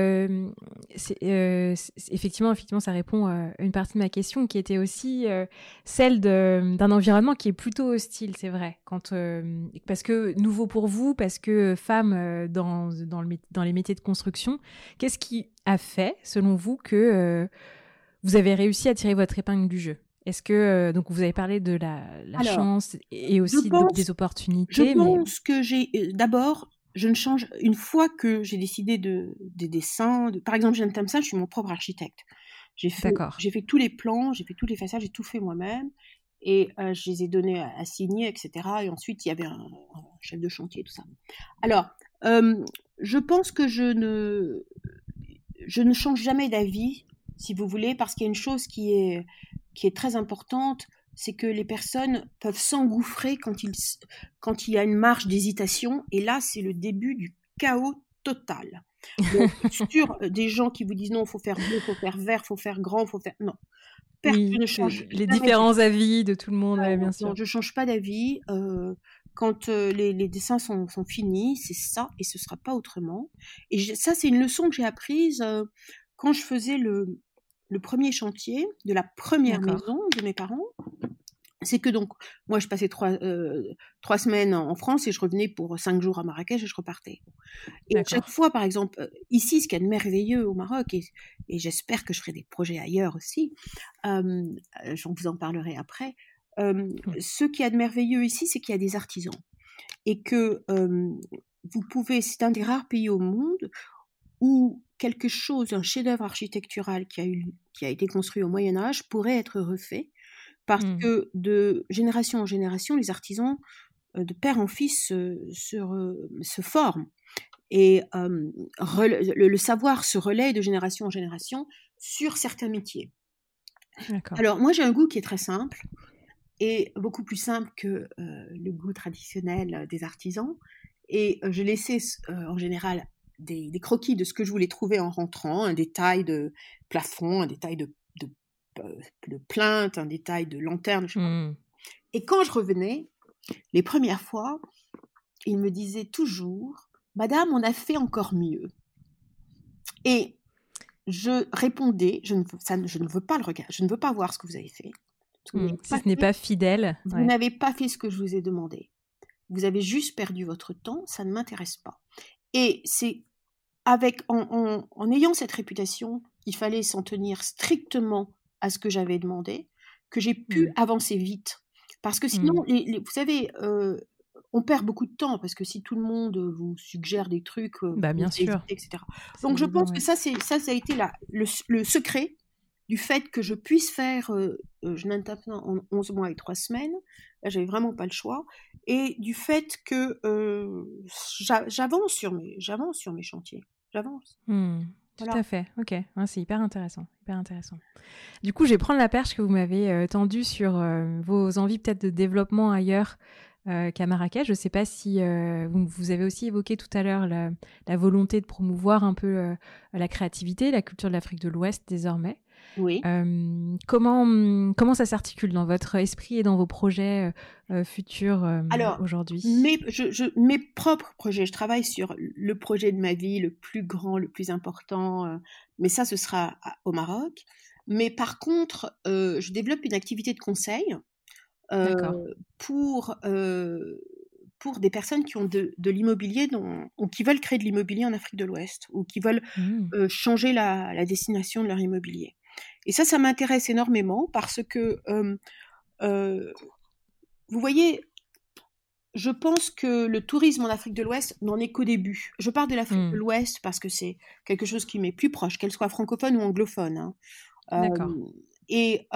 effectivement, ça répond à une partie de ma question qui était aussi celle d'un environnement qui est plutôt hostile, c'est vrai. Parce que nouveau pour vous, parce que femme dans les métiers de construction, qu'est-ce qui a fait, selon vous, que vous avez réussi à tirer votre épingle du jeu? Est-ce que donc vous avez parlé de la chance et aussi des opportunités, je pense que j'ai d'abord je ne change une fois que j'ai décidé des dessins. Par exemple, Jnantamsna, je suis mon propre architecte. J'ai fait tous les plans, j'ai fait toutes les façades, j'ai tout fait moi-même et je les ai donnés à signer, etc. Et ensuite, il y avait un chef de chantier, tout ça. Alors, je pense que je ne change jamais d'avis, si vous voulez, parce qu'il y a une chose qui est très importante, c'est que les personnes peuvent s'engouffrer quand il y a une marge d'hésitation, et là, c'est le début du chaos total. Donc, sur des gens qui vous disent non, il faut faire bleu, il faut faire vert, il faut faire grand, il faut faire... Non. Oui, les différents avis de tout le monde, bien sûr. Non, je ne change pas d'avis. Quand les dessins sont finis, c'est ça, et ce ne sera pas autrement. Et ça, c'est une leçon que j'ai apprise quand je faisais le premier chantier de la première maison de mes parents. c'est que donc, moi, je passais 3 semaines en France et je revenais pour 5 jours à Marrakech et je repartais. Et à chaque D'accord. fois, par exemple, ici, ce qu'il y a de merveilleux au Maroc, et j'espère que je ferai des projets ailleurs aussi, j'en vous en parlerai après. Ce qu'il y a de merveilleux ici, c'est qu'il y a des artisans et que vous pouvez, c'est un des rares pays au monde où quelque chose, un chef-d'œuvre architectural qui a été construit au Moyen Âge pourrait être refait parce Mm. que de génération en génération, les artisans, de père en fils, se forment et le savoir se relaie de génération en génération sur certains métiers. D'accord. Alors moi, j'ai un goût qui est très simple et beaucoup plus simple que le goût traditionnel des artisans. Et je laissais en général des croquis de ce que je voulais trouver en rentrant, un détail de plafond, un détail de plinthe, un détail de lanterne, je sais pas. Mm. Et quand je revenais, les premières fois, il me disait toujours, Madame, on a fait encore mieux. Et je répondais, je ne veux pas le regarder, je ne veux pas voir ce que vous avez fait. Si ce n'est pas fidèle, Vous ouais. n'avez pas fait ce que je vous ai demandé. Vous avez juste perdu votre temps, ça ne m'intéresse pas. Et c'est en ayant cette réputation, il fallait s'en tenir strictement à ce que j'avais demandé, que j'ai pu Mm. avancer vite. Parce que sinon, Mm. vous savez, on perd beaucoup de temps, parce que si tout le monde vous suggère des trucs, vous Bah, bien hésitez, sûr. etc. C'est Donc je évident, pense que ouais. ça a été le secret du fait que je puisse faire Genentap en 11 mois et 3 semaines. Là, j'avais vraiment pas le choix. Et du fait que j'avance sur mes chantiers. J'avance. Mm. Tout Voilà. à fait. Ok. Ouais, c'est hyper intéressant. Hyper intéressant. Du coup, je vais prendre la perche que vous m'avez tendue sur vos envies peut-être de développement ailleurs qu'à Marrakech. Je ne sais pas si vous avez aussi évoqué tout à l'heure la volonté de promouvoir un peu la créativité, la culture de l'Afrique de l'Ouest désormais. Oui. Comment ça s'articule dans votre esprit et dans vos projets futurs Alors, aujourd'hui? mes propres projets, je travaille sur le projet de ma vie, le plus grand, le plus important, mais ça, ce sera au Maroc. Mais par contre, je développe une activité de conseil euh, D'accord. pour, pour des personnes qui ont de l'immobilier ou qui veulent créer de l'immobilier en Afrique de l'Ouest ou qui veulent Mmh. changer la destination de leur immobilier. Et ça m'intéresse énormément parce que, vous voyez, je pense que le tourisme en Afrique de l'Ouest n'en est qu'au début. Je parle de l'Afrique de Mmh. l'Ouest parce que c'est quelque chose qui m'est plus proche, qu'elle soit francophone ou anglophone, hein. D'accord. Et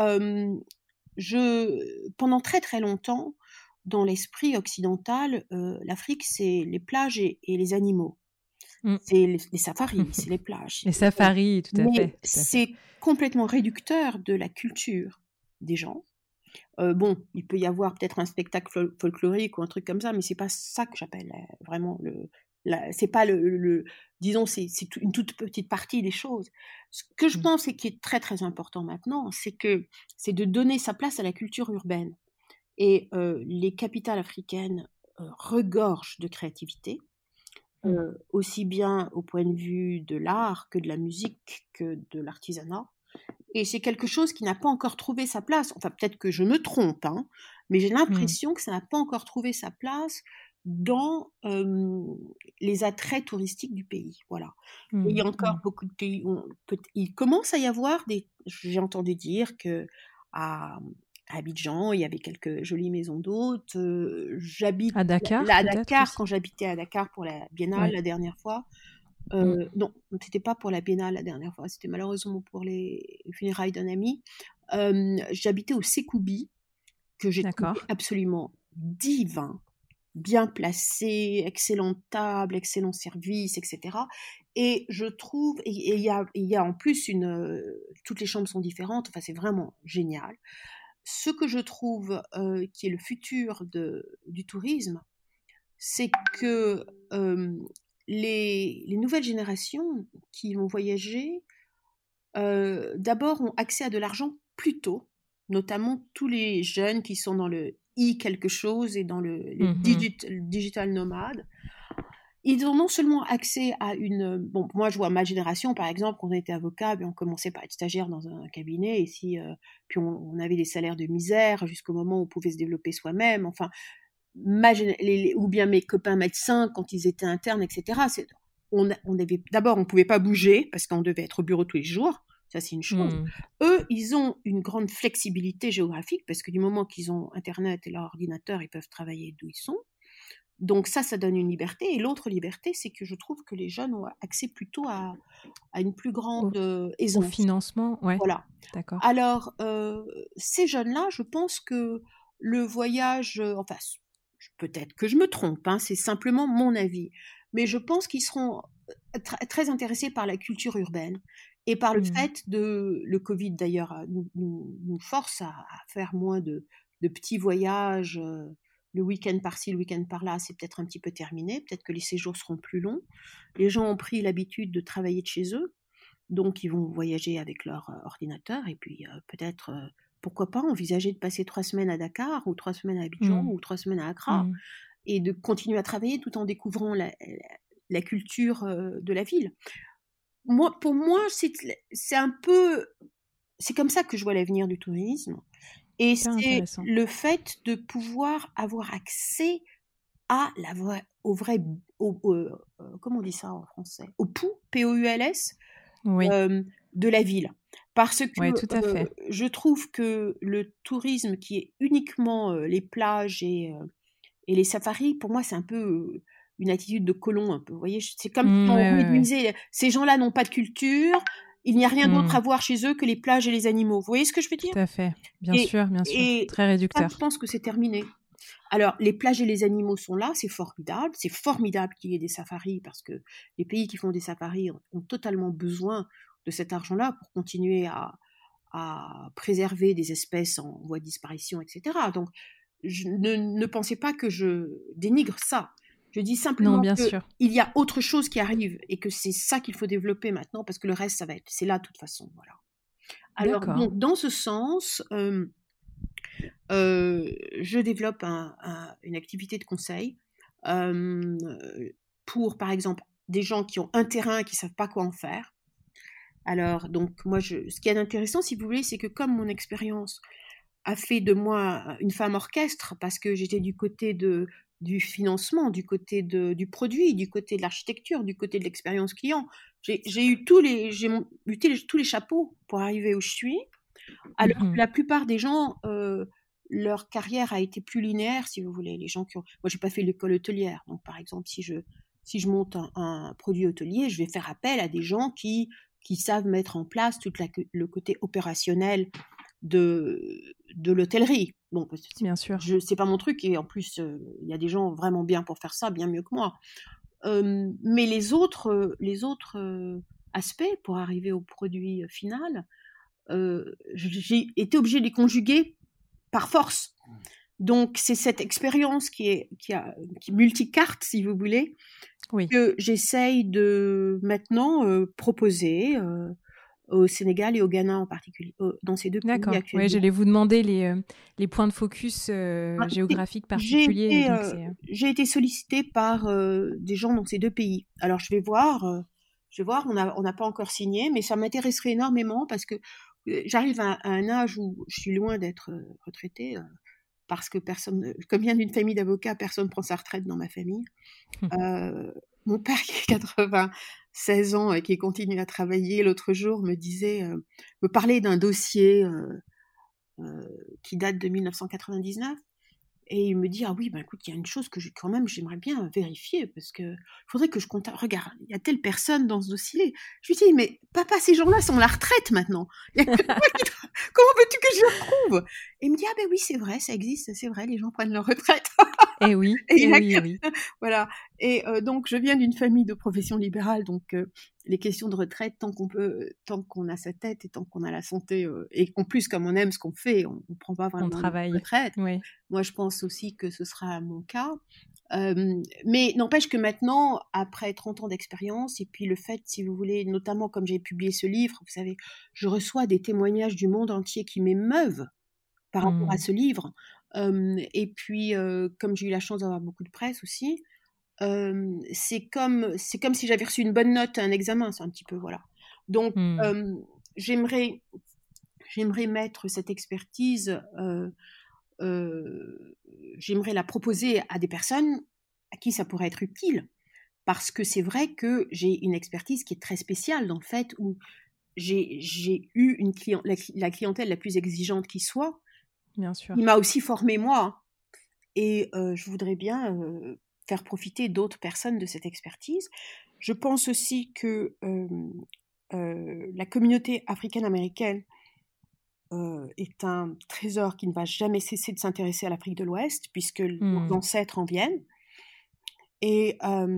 pendant très très longtemps, dans l'esprit occidental, l'Afrique, c'est les plages et les animaux. Mmh. C'est les safaris, c'est les plages. Les safaris, tout à Mais fait, tout à fait. c'est complètement réducteur de la culture des gens. Bon, il peut y avoir peut-être un spectacle folklorique ou un truc comme ça, mais c'est pas ça que j'appelle vraiment c'est pas disons, c'est une toute petite partie des choses. Ce que je Mmh. pense et qui est très très important maintenant, c'est de donner sa place à la culture urbaine. Et les capitales africaines regorgent de créativité, Mmh. aussi bien au point de vue de l'art que de la musique que de l'artisanat. Et c'est quelque chose qui n'a pas encore trouvé sa place. Enfin, peut-être que je me trompe, hein, mais j'ai Mmh. l'impression que ça n'a pas encore trouvé sa place dans les attraits touristiques du pays. Voilà. Et il y Mmh. a encore Mmh. beaucoup de pays où il commence à y avoir j'ai entendu dire que à Abidjan, il y avait quelques jolies maisons d'hôtes. J'habite À Dakar, là à peut-être Dakar, aussi? quand j'habitais à Dakar pour la Biennale Ouais. la dernière fois. Mmh. Non, c'était pas pour la Biennale la dernière fois, c'était malheureusement pour les funérailles d'un ami. J'habitais au Sekoubi, que j'ai trouvé D'accord. absolument divin, bien placé, excellente table, excellent service, etc. Et je trouve, et il y a en plus toutes les chambres sont différentes, enfin c'est vraiment génial. Ce que je trouve qui est le futur du tourisme, c'est que les nouvelles générations qui vont voyager, d'abord ont accès à de l'argent plus tôt, notamment tous les jeunes qui sont dans le quelque chose et dans les Mmh mh. digital nomades. ils ont non seulement accès à une... Bon, moi, je vois ma génération, par exemple, quand on était avocat, on commençait par être stagiaire dans un cabinet, puis on avait des salaires de misère jusqu'au moment où on pouvait se développer soi-même. Enfin, ou bien mes copains médecins, quand ils étaient internes, etc. D'abord, on ne pouvait pas bouger parce qu'on devait être au bureau tous les jours. Ça, c'est une chose. Eux, ils ont une grande flexibilité géographique parce que du moment qu'ils ont Internet et leur ordinateur, ils peuvent travailler d'où ils sont. Donc ça donne une liberté. Et l'autre liberté, c'est que je trouve que les jeunes ont accès plutôt à une plus grande aisance. Au financement, ouais. Voilà. D'accord. Alors, ces jeunes-là, je pense que le voyage, enfin, peut-être que je me trompe, hein, c'est simplement mon avis, mais je pense qu'ils seront très intéressés par la culture urbaine et par le fait le Covid d'ailleurs nous force à faire moins de petits voyages. Le week-end par-ci, le week-end par-là, c'est peut-être un petit peu terminé. Peut-être que les séjours seront plus longs. Les gens ont pris l'habitude de travailler de chez eux. Donc, ils vont voyager avec leur ordinateur et puis peut-être, pourquoi pas, envisager de passer 3 semaines à Dakar ou 3 semaines à Abidjan ou 3 semaines à Accra et de continuer à travailler tout en découvrant la culture de la ville. Pour moi, c'est un peu... C'est comme ça que je vois l'avenir du tourisme. Et c'est le fait de pouvoir avoir accès à comment on dit ça en français? Au pouls, P-O-U-L-S, de la ville. Parce que je trouve que le tourisme qui est uniquement les plages et les safaris, pour moi, c'est un peu une attitude de colon, un peu. Vous voyez, c'est comme si on réduisait. Ces gens-là n'ont pas de culture. Il n'y a rien d'autre à voir chez eux que les plages et les animaux. Vous voyez ce que je veux dire? Tout à fait. Bien sûr. Très réducteur. Je pense que c'est terminé. Alors, les plages et les animaux sont là, c'est formidable. C'est formidable qu'il y ait des safaris parce que les pays qui font des safaris ont totalement besoin de cet argent-là pour continuer à préserver des espèces en voie de disparition, etc. Donc, ne pensez pas que je dénigre ça. Je dis simplement qu'il y a autre chose qui arrive et que c'est ça qu'il faut développer maintenant parce que le reste, c'est là de toute façon. Voilà. Alors, donc, dans ce sens... je développe une activité de conseil pour, par exemple, des gens qui ont un terrain et qui ne savent pas quoi en faire. Alors, donc, moi, ce qui est intéressant, si vous voulez, c'est que comme mon expérience a fait de moi une femme orchestre, parce que j'étais du côté du financement, du côté du produit, du côté de l'architecture, du côté de l'expérience client, j'ai eu tous les chapeaux pour arriver où je suis. Alors que la plupart des gens... leur carrière a été plus linéaire, si vous voulez. Les gens moi, j'ai pas fait l'école hôtelière. Donc, par exemple, si je monte un produit hôtelier, je vais faire appel à des gens qui savent mettre en place tout le côté opérationnel de l'hôtellerie. Bon, bien sûr. C'est pas mon truc et en plus, il y a des gens vraiment bien pour faire ça, bien mieux que moi. Mais les autres aspects pour arriver au produit final, j'ai été obligée de les conjuguer par force. Donc, c'est cette expérience qui multicarte, si vous voulez, que j'essaye de maintenant proposer au Sénégal et au Ghana en particulier, dans ces deux pays actuellement. D'accord. Oui, j'allais vous demander les points de focus géographiques particuliers. J'ai été sollicitée par des gens dans ces deux pays. Alors, je vais voir, on n'a pas encore signé, mais ça m'intéresserait énormément parce que j'arrive à un âge où je suis loin d'être retraitée parce que comme vient d'une famille d'avocats, personne ne prend sa retraite dans ma famille. Mon père qui a 96 ans et qui continue à travailler, l'autre jour me parlait d'un dossier qui date de 1999. Et il me dit, ah oui, écoute, il y a une chose que j'aimerais bien vérifier, parce que faudrait que je compte. Regarde, il y a telle personne dans ce dossier. Je lui dis, mais papa, ces gens-là sont à la retraite maintenant. Comment veux-tu que je le retrouve? Et il me dit, ah ben oui, c'est vrai, ça existe, c'est vrai, les gens prennent leur retraite. Eh oui, oui. Voilà. Et donc, je viens d'une famille de profession libérale, donc les questions de retraite, tant qu'on a sa tête et tant qu'on a la santé, et en plus, comme on aime ce qu'on fait, on ne prend pas vraiment de retraite. Oui. Moi, je pense aussi que ce sera mon cas. Mais n'empêche que maintenant, après 30 ans d'expérience, et puis le fait, si vous voulez, notamment comme j'ai publié ce livre, vous savez, je reçois des témoignages du monde entier qui m'émeuvent par rapport à ce livre. Et puis, comme j'ai eu la chance d'avoir beaucoup de presse aussi, c'est comme si j'avais reçu une bonne note à un examen, c'est un petit peu, voilà. Donc, j'aimerais mettre cette expertise, j'aimerais la proposer à des personnes à qui ça pourrait être utile. Parce que c'est vrai que j'ai une expertise qui est très spéciale dans le fait où j'ai eu la clientèle la plus exigeante qui soit. Bien sûr. Il m'a aussi formée moi. Et je voudrais bien faire profiter d'autres personnes de cette expertise. Je pense aussi que la communauté africaine-américaine est un trésor qui ne va jamais cesser de s'intéresser à l'Afrique de l'Ouest, puisque leurs ancêtres en viennent. Et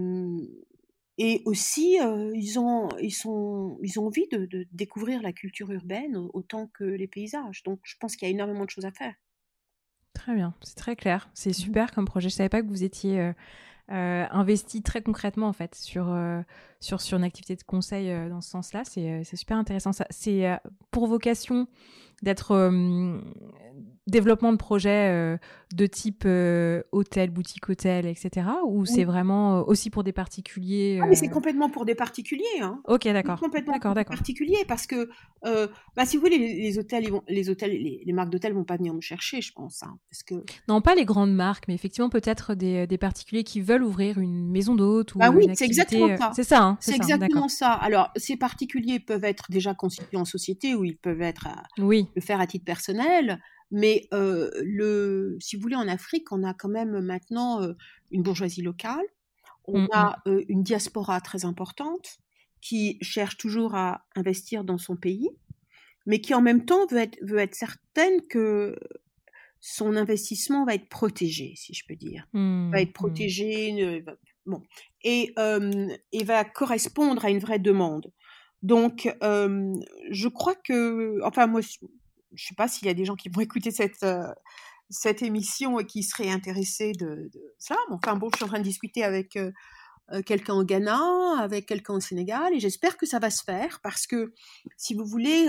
aussi, ils ont envie de découvrir la culture urbaine autant que les paysages. Donc, je pense qu'il y a énormément de choses à faire. Très bien, c'est très clair. C'est super comme projet. Je ne savais pas que vous étiez investi très concrètement en fait sur une activité de conseil dans ce sens-là. C'est super intéressant. C'est pour vocation d'être développement de projets de type hôtel, boutique hôtel, etc. Ou c'est vraiment aussi pour des particuliers Ah, mais c'est complètement pour des particuliers. Hein. Ok, d'accord. Complètement pour des particuliers parce que, si vous voulez, les hôtels, les marques d'hôtels vont pas venir me chercher, je pense. Hein, parce que... Non, pas les grandes marques, mais effectivement peut-être des particuliers qui veulent ouvrir une maison d'hôte ou oui, une activité. C'est exactement ça. C'est ça. Hein, c'est exactement ça. Alors, ces particuliers peuvent être déjà constitués en société ou ils peuvent être le faire à titre personnel. Mais si vous voulez, en Afrique, on a quand même maintenant une bourgeoisie locale. On a une diaspora très importante qui cherche toujours à investir dans son pays, mais qui en même temps veut être certaine que son investissement va être protégé, si je peux dire. Va être protégé, et va correspondre à une vraie demande. Donc, je crois que, enfin, moi, je ne sais pas s'il y a des gens qui vont écouter cette émission et qui seraient intéressés de ça. Enfin bon, je suis en train de discuter avec quelqu'un au Ghana, avec quelqu'un au Sénégal, et j'espère que ça va se faire parce que, si vous voulez,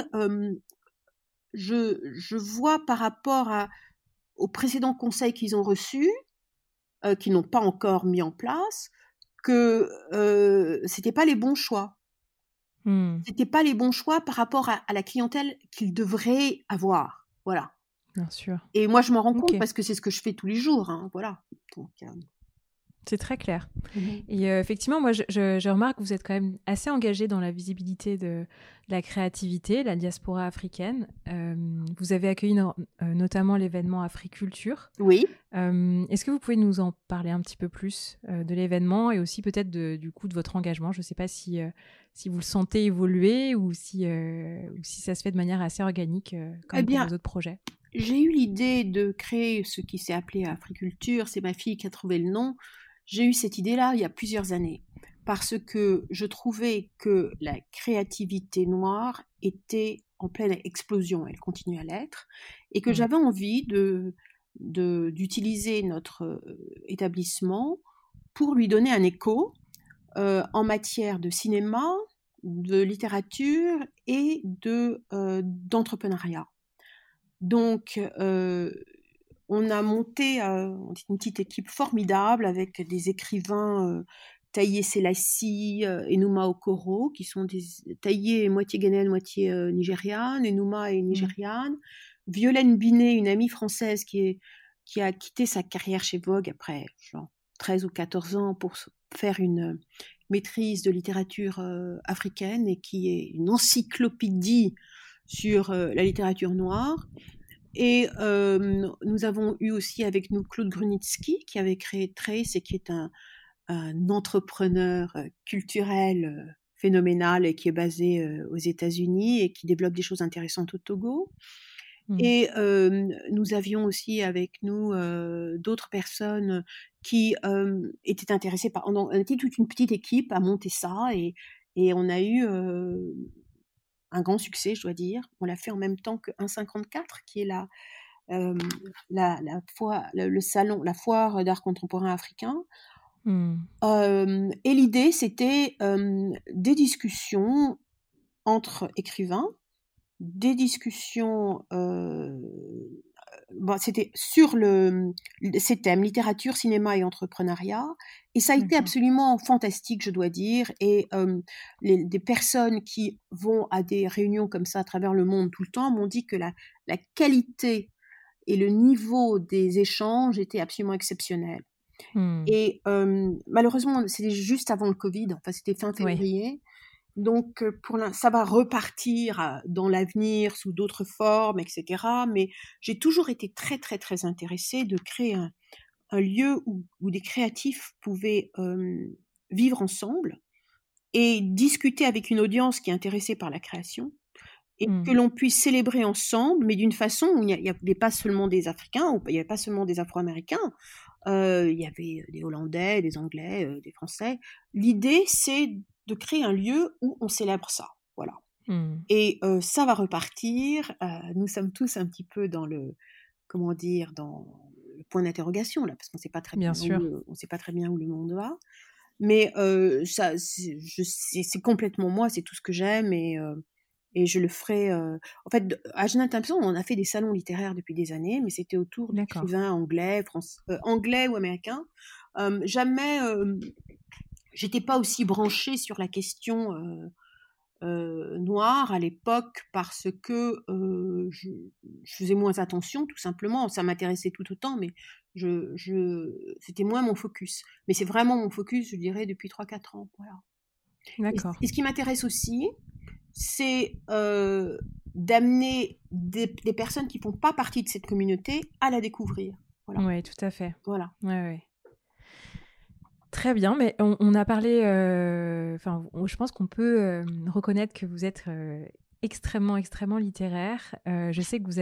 je vois par rapport aux précédents conseils qu'ils ont reçus, qu'ils n'ont pas encore mis en place, que c'était pas les bons choix. C'était pas les bons choix par rapport à la clientèle qu'ils devraient avoir. Voilà. Bien sûr. Et moi, je m'en rends compte parce que c'est ce que je fais tous les jours. Hein, voilà. Donc, c'est très clair. Et effectivement, moi, je remarque que vous êtes quand même assez engagé dans la visibilité de la créativité, la diaspora africaine. Vous avez accueilli notamment l'événement Africulture. Oui. Est-ce que vous pouvez nous en parler un petit peu plus de l'événement et aussi peut-être du coup de votre engagement? Je ne sais pas si vous le sentez évoluer ou si ça se fait de manière assez organique comme pour vos autres projets. J'ai eu l'idée de créer ce qui s'est appelé Africulture. C'est ma fille qui a trouvé le nom. J'ai eu cette idée-là il y a plusieurs années parce que je trouvais que la créativité noire était en pleine explosion. Elle continue à l'être et que j'avais envie d'utiliser notre établissement pour lui donner un écho en matière de cinéma, de littérature et d'entrepreneuriat. Donc, on a monté une petite équipe formidable avec des écrivains Taïé Selassie et Numa Okoro, qui sont Taïé moitié ghanéenne, moitié nigériane, et Numa est nigériane. Violaine Binet, une amie française qui a quitté sa carrière chez Vogue après genre 13 ou 14 ans pour faire une maîtrise de littérature africaine et qui est une encyclopédie sur la littérature noire. Et nous avons eu aussi avec nous Claude Grunitzky qui avait créé Trace et qui est un entrepreneur culturel phénoménal et qui est basé aux États-Unis et qui développe des choses intéressantes au Togo. Et nous avions aussi avec nous d'autres personnes qui étaient intéressées par... On était toute une petite équipe à monter ça et on a eu un grand succès, je dois dire. On l'a fait en même temps que 1,54, qui est le salon, la foire d'art contemporain africain. Et l'idée, c'était des discussions entre écrivains, des discussions c'était sur ces thèmes, littérature, cinéma et entrepreneuriat. Et ça a été absolument fantastique, je dois dire. Et des personnes qui vont à des réunions comme ça à travers le monde tout le temps m'ont dit que la qualité et le niveau des échanges était absolument exceptionnel. Et malheureusement, c'était juste avant le Covid, enfin c'était fin février. Ouais. Donc, ça va repartir dans l'avenir sous d'autres formes, etc. Mais j'ai toujours été très, très, très intéressée de créer un lieu où des créatifs pouvaient vivre ensemble et discuter avec une audience qui est intéressée par la création et que l'on puisse célébrer ensemble, mais d'une façon où il n'y avait pas seulement des Africains, ou il n'y avait pas seulement des Afro-Américains, il y avait des Hollandais, des Anglais, des Français. L'idée, c'est de créer un lieu où on célèbre ça, voilà. Et ça va repartir. Nous sommes tous un petit peu dans le point d'interrogation là, parce qu'on ne sait pas très bien où le monde va. Mais ça, c'est complètement moi, c'est tout ce que j'aime et je le ferai. En fait, à Genève-Timpson, on a fait des salons littéraires depuis des années, mais c'était autour d'écrivains anglais, anglais ou américains. Jamais, j'étais pas aussi branchée sur la question noire à l'époque parce que je faisais moins attention, tout simplement. Ça m'intéressait tout autant, mais c'était moins mon focus. Mais c'est vraiment mon focus, je dirais, depuis 3-4 ans. Voilà. D'accord. Et ce qui m'intéresse aussi, c'est d'amener des personnes qui ne font pas partie de cette communauté à la découvrir. Voilà. Oui, tout à fait. Voilà. Ouais. Très bien, mais on a parlé... je pense qu'on peut reconnaître que vous êtes extrêmement, extrêmement littéraire. Je sais que vous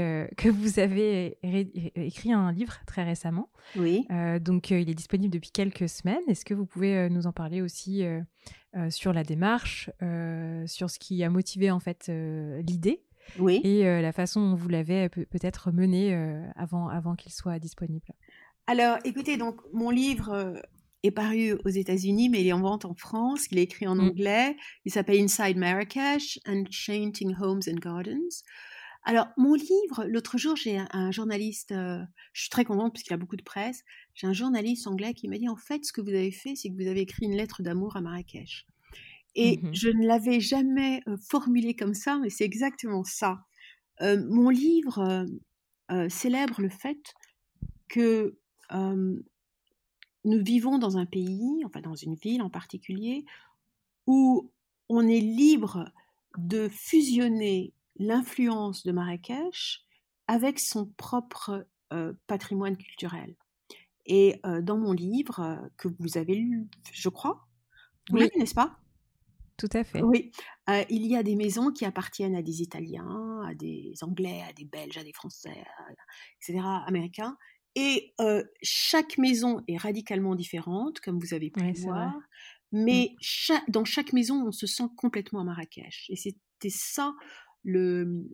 avez écrit un livre très récemment. Oui. Donc, il est disponible depuis quelques semaines. Est-ce que vous pouvez nous en parler aussi sur la démarche, sur ce qui a motivé en fait l'idée et la façon dont vous l'avez peut-être menée avant qu'il soit disponible? Alors, écoutez, donc mon livre est paru aux États-Unis, mais il est en vente en France. Il est écrit en anglais. Il s'appelle Inside Marrakech, Enchanting Homes and Gardens. Alors, mon livre, l'autre jour, j'ai un journaliste, je suis très contente parce qu'il a beaucoup de presse, j'ai un journaliste anglais qui m'a dit, en fait, ce que vous avez fait, c'est que vous avez écrit une lettre d'amour à Marrakech. Et je ne l'avais jamais formulé comme ça, mais c'est exactement ça. Mon livre célèbre le fait que nous vivons dans un pays, enfin dans une ville en particulier, où on est libre de fusionner l'influence de Marrakech avec son propre patrimoine culturel. Et dans mon livre, que vous avez lu, je crois, vous l'avez, n'est-ce pas ? Tout à fait. Oui, il y a des maisons qui appartiennent à des Italiens, à des Anglais, à des Belges, à des Français, etc., américains. Et chaque maison est radicalement différente, comme vous avez pu le voir. Mais dans chaque maison, on se sent complètement à Marrakech. Et c'était ça le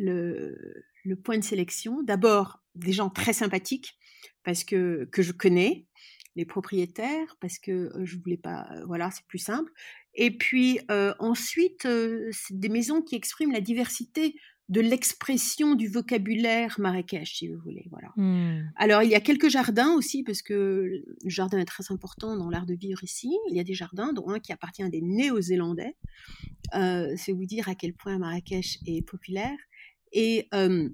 point de sélection. D'abord, des gens très sympathiques, parce que je connais, les propriétaires, parce que je voulais pas... voilà, c'est plus simple. Et puis ensuite, c'est des maisons qui expriment la diversité de l'expression du vocabulaire Marrakech, si vous voulez. Voilà. Alors, il y a quelques jardins aussi, parce que le jardin est très important dans l'art de vivre ici. Il y a des jardins, dont un qui appartient à des Néo-Zélandais. C'est vous dire à quel point Marrakech est populaire. Et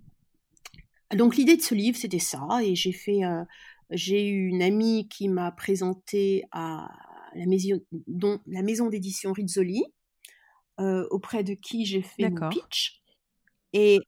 donc, l'idée de ce livre, c'était ça. Et j'ai eu une amie qui m'a présenté à la maison d'édition Rizzoli, auprès de qui j'ai fait mon pitch. Et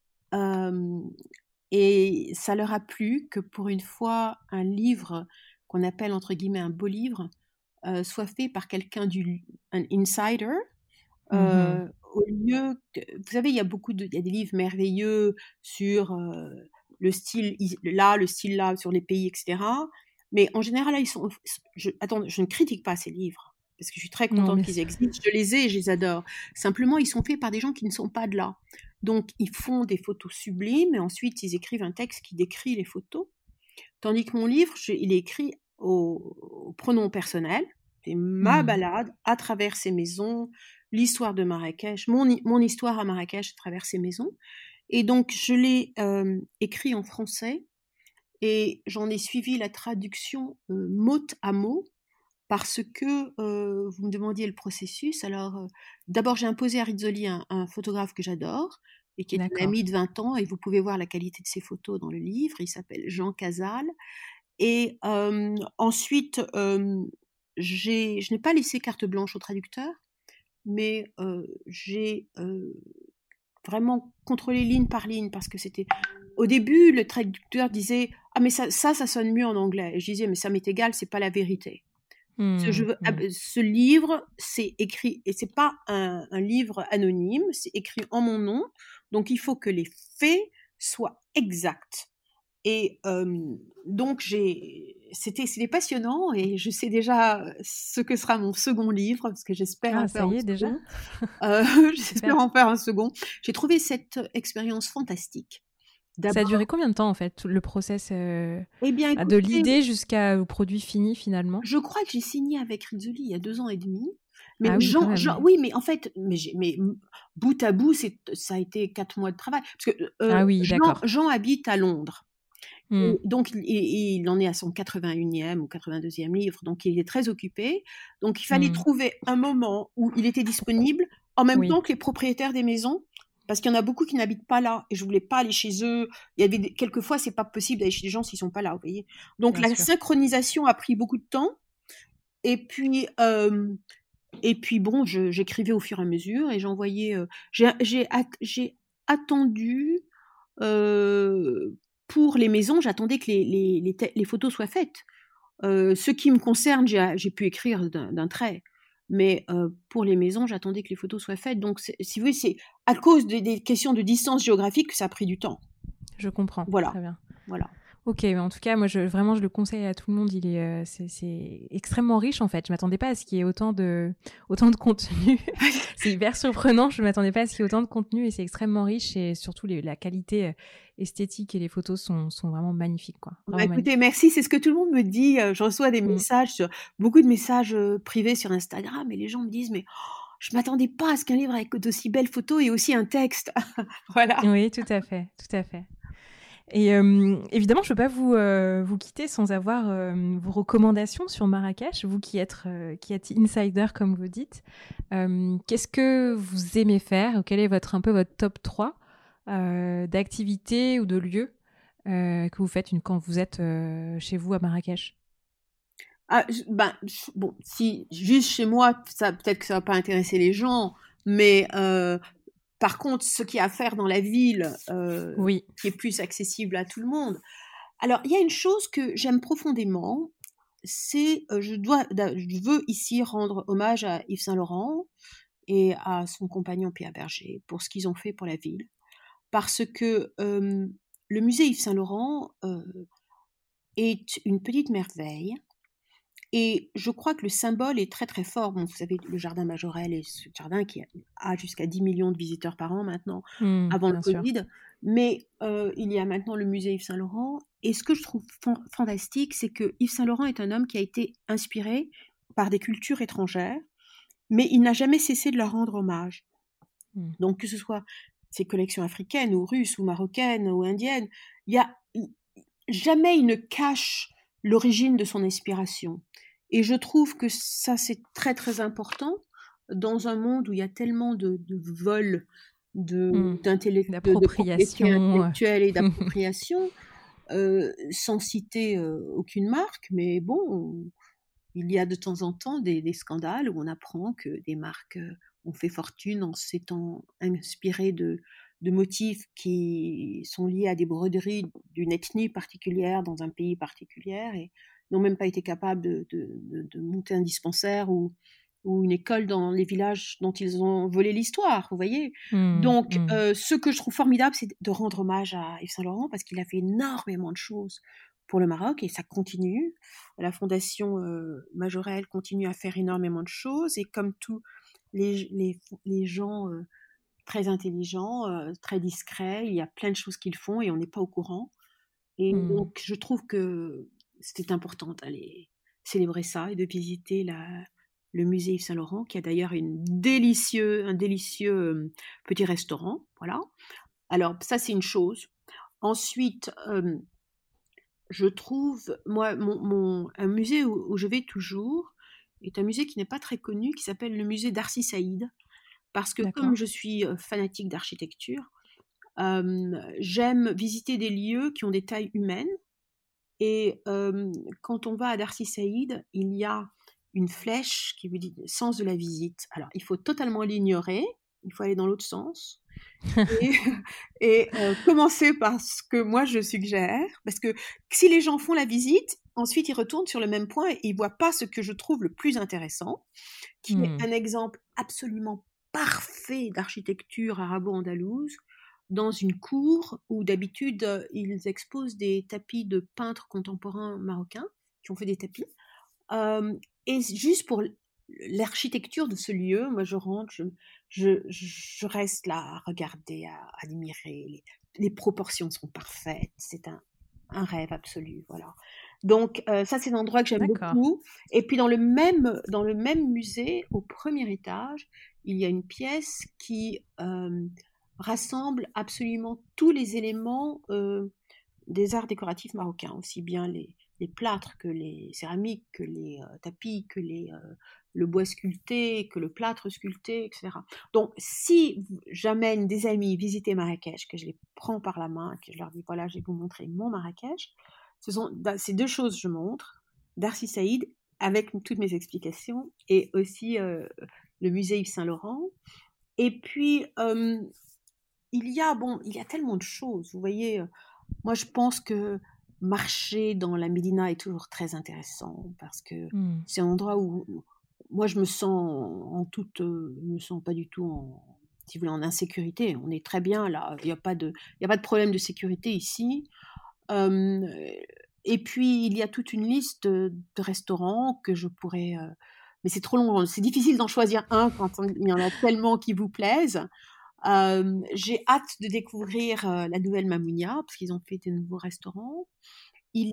ça leur a plu que pour une fois, un livre qu'on appelle entre guillemets un beau livre soit fait par quelqu'un un insider. Au lieu que, vous savez, il y a des livres merveilleux sur le style là, sur les pays, etc. Mais en général, là, je ne critique pas ces livres, parce que je suis très contente qu'ils existent. Je les ai et je les adore. Simplement, ils sont faits par des gens qui ne sont pas de là. Donc, ils font des photos sublimes et ensuite, ils écrivent un texte qui décrit les photos. Tandis que mon livre, il est écrit au pronom personnel. C'est ma balade à travers ces maisons, l'histoire de Marrakech, mon histoire à Marrakech à travers ces maisons. Et donc, je l'ai écrit en français et j'en ai suivi la traduction mot à mot parce que vous me demandiez le processus. Alors, d'abord, j'ai imposé à Rizzoli un photographe que j'adore et qui est un D'accord. ami de 20 ans, et vous pouvez voir la qualité de ses photos dans le livre. Il s'appelle Jean Casal. Et ensuite, je n'ai pas laissé carte blanche au traducteur, mais j'ai vraiment contrôlé ligne par ligne parce que c'était au début le traducteur disait ah mais ça sonne mieux en anglais, et je disais mais ça m'est égal, c'est pas la vérité. Ce livre, c'est écrit, et c'est pas un livre anonyme, c'est écrit en mon nom, donc il faut que les faits soient exacts. Et donc c'était passionnant, et je sais déjà ce que sera mon second livre parce que j'espère en Ça faire y un est déjà. second. J'espère en faire un second. J'ai trouvé cette expérience fantastique. Ça a D'abord, duré combien de temps en fait, le process eh bien, de écoutez, l'idée jusqu'au produit fini finalement? je crois que j'ai signé avec Rizzoli il y a 2 ans et demi. Mais Ah oui, quand même, ouais. oui, mais en fait, bout à bout, ça a été 4 mois de travail. Parce que Ah oui, d'accord. Jean habite à Londres. Hmm. Et donc, il en est à son 81e ou 82e livre, donc il est très occupé. Donc, il fallait trouver un moment où il était disponible en même Oui, temps que les propriétaires des maisons, parce qu'il y en a beaucoup qui n'habitent pas là, et je voulais pas aller chez eux. Il y avait quelquefois, c'est pas possible d'aller chez des gens s'ils sont pas là, vous voyez. Donc, bien la sûr. synchronisation a pris beaucoup de temps. Et puis bon, j'écrivais au fur et à mesure, et j'envoyais. J'ai attendu pour les maisons, j'attendais que les photos soient faites. Ce qui me concerne, j'ai pu écrire d'un trait. Mais pour les maisons, j'attendais que les photos soient faites. Donc, si vous voulez, c'est à cause des questions de distance géographique que ça a pris du temps. Je comprends, Voilà. très bien. Voilà. Ok, mais en tout cas, moi, vraiment, je le conseille à tout le monde. C'est extrêmement riche en fait. Je m'attendais pas à ce qu'il y ait autant de contenu. C'est hyper surprenant. Je m'attendais pas à ce qu'il y ait autant de contenu, et c'est extrêmement riche, et surtout la qualité esthétique, et les photos sont vraiment magnifiques, quoi. Bah, Vraiment écoutez, magnifiques. merci. C'est ce que tout le monde me dit. Je reçois des messages, beaucoup de messages privés sur Instagram, et les gens me disent mais je m'attendais pas à ce qu'un livre avec d'aussi belles photos et aussi un texte. Voilà. Oui, tout à fait, tout à fait. Et évidemment, je ne peux pas vous quitter sans avoir vos recommandations sur Marrakech, vous qui êtes insider, comme vous dites. Qu'est-ce que vous aimez faire? Quel est un peu votre top 3 d'activités ou de lieux que vous faites quand vous êtes chez vous à Marrakech? Ah, bon, si juste chez moi, ça peut-être que ça va pas intéresser les gens, mais par contre, ce qu'il y a à faire dans la ville, Oui, qui est plus accessible à tout le monde. Alors, il y a une chose que j'aime profondément, c'est je veux ici rendre hommage à Yves Saint-Laurent et à son compagnon Pierre Berger pour ce qu'ils ont fait pour la ville, parce que le musée Yves Saint-Laurent est une petite merveille. Et je crois que le symbole est très très fort. Bon, vous savez, le jardin Majorelle est ce jardin qui a jusqu'à 10 millions de visiteurs par an maintenant, avant le bien sûr. Covid. Mais il y a maintenant le musée Yves Saint-Laurent. Et ce que je trouve fantastique, c'est que Yves Saint-Laurent est un homme qui a été inspiré par des cultures étrangères, mais il n'a jamais cessé de leur rendre hommage. Donc que ce soit ses collections africaines ou russes ou marocaines ou indiennes, jamais il ne cache l'origine de son inspiration. Et je trouve que ça, c'est très, très important dans un monde où il y a tellement de vols, de propriété D'appropriation. intellectuelle et d'appropriation, sans citer aucune marque, mais bon, il y a de temps en temps des scandales où on apprend que des marques ont fait fortune en s'étant inspirées de motifs qui sont liés à des broderies d'une ethnie particulière dans un pays particulier, et n'ont même pas été capables de monter un dispensaire ou une école dans les villages dont ils ont volé l'histoire, vous voyez. Donc, ce que je trouve formidable, c'est de rendre hommage à Yves Saint-Laurent, parce qu'il a fait énormément de choses pour le Maroc, et ça continue. La fondation Majorelle continue à faire énormément de choses, et comme tous les gens très intelligents, très discrets, il y a plein de choses qu'ils font et on n'est pas au courant. Et donc, je trouve que c'était important d'aller célébrer ça et de visiter le musée Yves Saint-Laurent, qui a d'ailleurs un délicieux petit restaurant. Voilà. Alors ça, c'est une chose. Ensuite, je trouve, moi, un musée où je vais toujours est un musée qui n'est pas très connu, qui s'appelle le musée Darcy Saïd, parce que comme D'accord. je suis fanatique d'architecture, j'aime visiter des lieux qui ont des tailles humaines. Et quand on va à Darcy Saïd, il y a une flèche qui vous dit le sens de la visite. Alors, il faut totalement l'ignorer, il faut aller dans l'autre sens. Et, commencer par ce que moi je suggère, parce que si les gens font la visite, ensuite ils retournent sur le même point et ils voient pas ce que je trouve le plus intéressant, qui est un exemple absolument parfait d'architecture arabo-andalouse, dans une cour où d'habitude ils exposent des tapis de peintres contemporains marocains qui ont fait des tapis. Et juste pour l'architecture de ce lieu, moi je rentre, je reste là à regarder, à admirer. Les proportions sont parfaites. C'est un rêve absolu, voilà. Donc ça, c'est un endroit que j'aime D'accord. beaucoup. Et puis dans le même musée, au premier étage, il y a une pièce qui rassemble absolument tous les éléments des arts décoratifs marocains, aussi bien les plâtres que les céramiques, que les tapis, que le bois sculpté, que le plâtre sculpté, etc. Donc, si j'amène des amis visiter Marrakech, que je les prends par la main, que je leur dis, voilà, je vais vous montrer mon Marrakech, ces deux choses je montre, Darcy Saïd, avec toutes mes explications, et aussi le musée Yves Saint-Laurent. Et puis, il y a tellement de choses, vous voyez, moi je pense que marcher dans la Médina est toujours très intéressant, parce que c'est un endroit où moi je me sens me sens pas du tout si vous voulez, en insécurité. On est très bien là, il n'y a pas de problème de sécurité ici. Et puis il y a toute une liste de restaurants que je pourrais, mais c'est trop long, c'est difficile d'en choisir un quand il y en a tellement qui vous plaisent. J'ai hâte de découvrir la nouvelle Mamounia, parce qu'ils ont fait des nouveaux restaurants. Il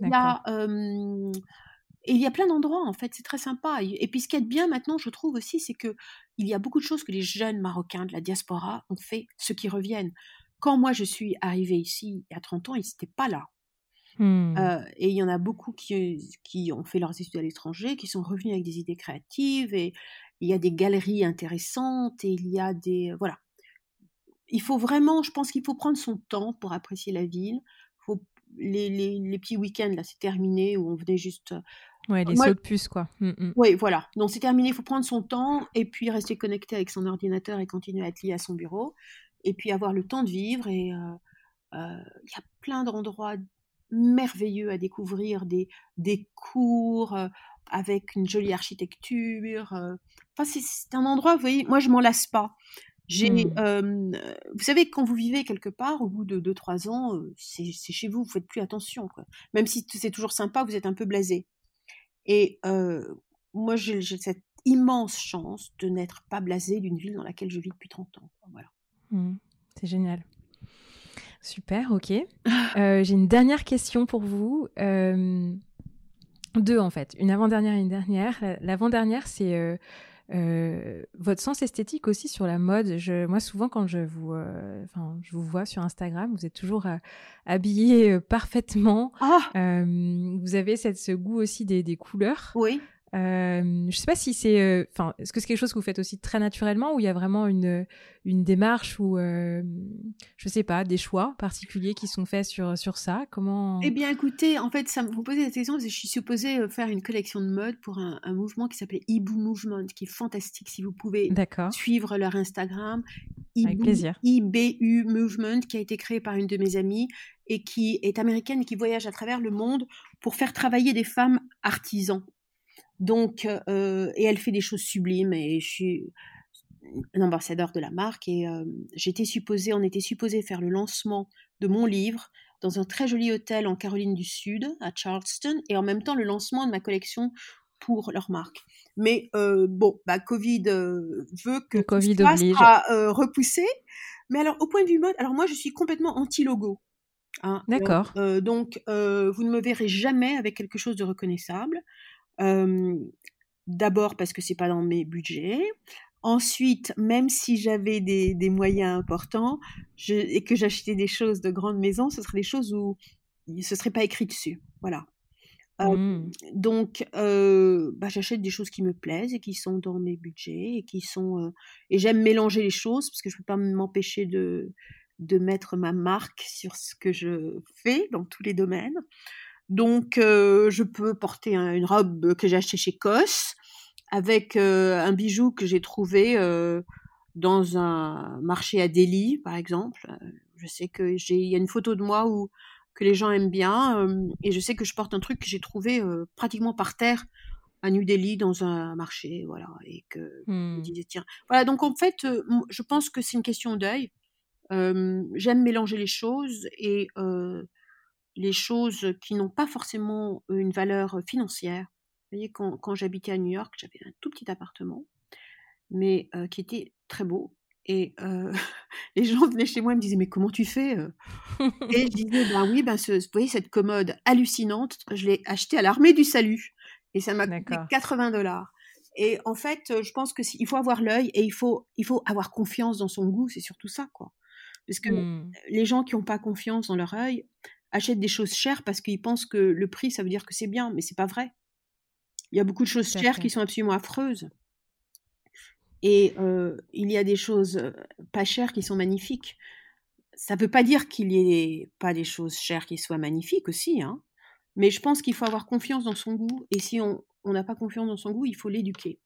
y a plein d'endroits, en fait, c'est très sympa. Et puis ce qui est bien maintenant, je trouve aussi, c'est qu'il y a beaucoup de choses que les jeunes Marocains de la diaspora ont fait, ceux qui reviennent. Quand moi je suis arrivée ici il y a 30 ans, ils n'étaient pas là. Et il y en a beaucoup qui ont fait leurs études à l'étranger, qui sont revenus avec des idées créatives, et il y a des galeries intéressantes, et il y a des... Voilà. Il faut vraiment, je pense qu'il faut prendre son temps pour apprécier la ville. Les petits week-ends, là, c'est terminé, où on venait juste... Ouais, les sauts de puce, quoi. Oui, voilà. Donc, c'est terminé, il faut prendre son temps, et puis rester connecté avec son ordinateur et continuer à être lié à son bureau, et puis avoir le temps de vivre. Et il y a plein d'endroits merveilleux à découvrir, des cours avec une jolie architecture. Enfin, c'est un endroit, vous voyez, moi, je m'en lasse pas. Vous savez, quand vous vivez quelque part, au bout de 2-3 ans, c'est chez vous, vous faites plus attention, quoi. Même si c'est toujours sympa, vous êtes un peu blasé. Et moi, j'ai cette immense chance de n'être pas blasée d'une ville dans laquelle je vis depuis 30 ans. Voilà. C'est génial. Super, ok. J'ai une dernière question pour vous. Deux, en fait. Une avant-dernière et une dernière. L'avant-dernière, c'est... votre sens esthétique aussi sur la mode. Moi, souvent, quand je vous vois sur Instagram, vous êtes toujours habillée parfaitement. Vous avez ce goût aussi des couleurs. Oui. Je sais pas si c'est... est-ce que c'est quelque chose que vous faites aussi très naturellement, ou il y a vraiment une démarche ou, je sais pas, des choix particuliers qui sont faits sur ça? Comment... Eh bien, écoutez, en fait, vous posez cette question parce que je suis supposée faire une collection de mode pour un mouvement qui s'appelait Ibu Movement, qui est fantastique. Si vous pouvez suivre leur Instagram, avec plaisir. IBU Movement, qui a été créé par une de mes amies et qui est américaine et qui voyage à travers le monde pour faire travailler des femmes artisans. Donc, et elle fait des choses sublimes, et je suis un ambassadeur de la marque, et on était supposé faire le lancement de mon livre dans un très joli hôtel en Caroline du Sud, à Charleston, et en même temps le lancement de ma collection pour leur marque. Mais Covid veut que Covid tout ça oblige. sera repoussé. Mais alors, au point de vue mode, alors moi je suis complètement anti-logo. Hein. D'accord. Donc, vous ne me verrez jamais avec quelque chose de reconnaissable. D'abord parce que c'est pas dans mes budgets. Ensuite, même si j'avais des moyens importants et que j'achetais des choses de grande maison, ce seraient des choses où ce serait pas écrit dessus. Voilà. Donc, j'achète des choses qui me plaisent et qui sont dans mes budgets et j'aime mélanger les choses parce que je peux pas m'empêcher de mettre ma marque sur ce que je fais dans tous les domaines. Donc, je peux porter une robe que j'ai achetée chez COS avec un bijou que j'ai trouvé dans un marché à Delhi, par exemple. Je sais que il y a une photo de moi que les gens aiment bien, et je sais que je porte un truc que j'ai trouvé pratiquement par terre à New Delhi dans un marché, voilà, et que je me disais tiens, voilà. Donc en fait, je pense que c'est une question d'œil. J'aime mélanger les choses et les choses qui n'ont pas forcément une valeur financière. Vous voyez, quand j'habitais à New York, j'avais un tout petit appartement, mais qui était très beau. Et les gens venaient chez moi et me disaient « Mais comment tu fais ?» Et je disais « Ben oui, vous voyez cette commode hallucinante, je l'ai achetée à l'Armée du Salut. Et ça m'a coûté $80. » Et en fait, je pense qu'il faut avoir l'œil et il faut avoir confiance dans son goût, c'est surtout ça, quoi. Parce que les gens qui n'ont pas confiance dans leur œil achètent des choses chères parce qu'ils pensent que le prix, ça veut dire que c'est bien, mais c'est pas vrai. Il y a beaucoup de choses chères qui sont absolument affreuses. Et il y a des choses pas chères qui sont magnifiques. Ça ne veut pas dire qu'il n'y ait pas des choses chères qui soient magnifiques aussi, hein. Mais je pense qu'il faut avoir confiance dans son goût. Et si on n'a pas confiance dans son goût, il faut l'éduquer.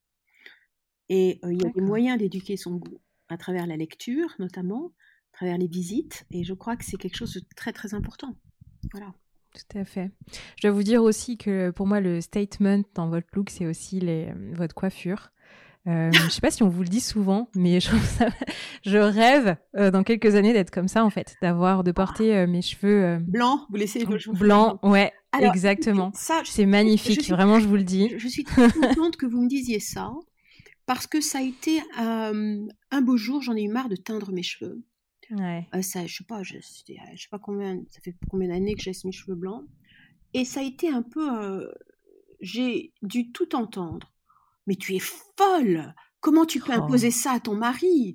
Et il y a des moyens d'éduquer son goût, à travers la lecture notamment, à travers les visites. Et je crois que c'est quelque chose de très, très important. Voilà. Tout à fait. Je dois vous dire aussi que pour moi, le statement dans votre look, c'est aussi votre coiffure. Je ne sais pas si on vous le dit souvent, mais je rêve dans quelques années d'être comme ça, en fait, de porter mes cheveux blancs. Vous laissez vos cheveux blancs, ouais. Alors, exactement. Ça, c'est magnifique, vraiment, je vous le dis. Je suis très contente que vous me disiez ça, parce que ça a été un beau jour, j'en ai eu marre de teindre mes cheveux. Ouais. Ça, je sais pas combien, ça fait combien d'années que j'ai mes cheveux blancs, et ça a été un peu, j'ai dû tout entendre. Mais tu es folle! Comment tu peux imposer ça à ton mari?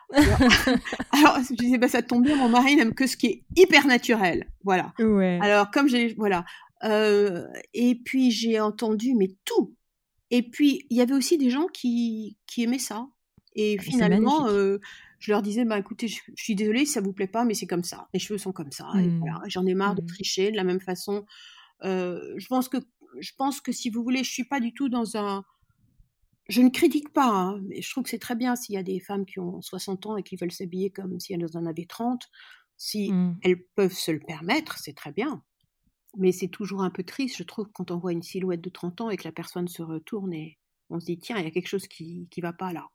Alors je disais, ça tombe bien, mon mari n'aime que ce qui est hyper naturel. Voilà. Ouais. Alors, voilà. Et puis, j'ai entendu, mais tout. Et puis, il y avait aussi des gens qui aimaient ça. Et finalement, je leur disais, écoutez, je suis désolée si ça vous plaît pas, mais c'est comme ça. Les cheveux sont comme ça. Et voilà. J'en ai marre de tricher de la même façon. Je pense que si vous voulez, je suis pas du tout dans un... Je ne critique pas, hein, mais je trouve que c'est très bien s'il y a des femmes qui ont 60 ans et qui veulent s'habiller comme si elles en avaient 30. Si elles peuvent se le permettre, c'est très bien. Mais c'est toujours un peu triste, je trouve, quand on voit une silhouette de 30 ans et que la personne se retourne et on se dit, tiens, il y a quelque chose qui va pas là.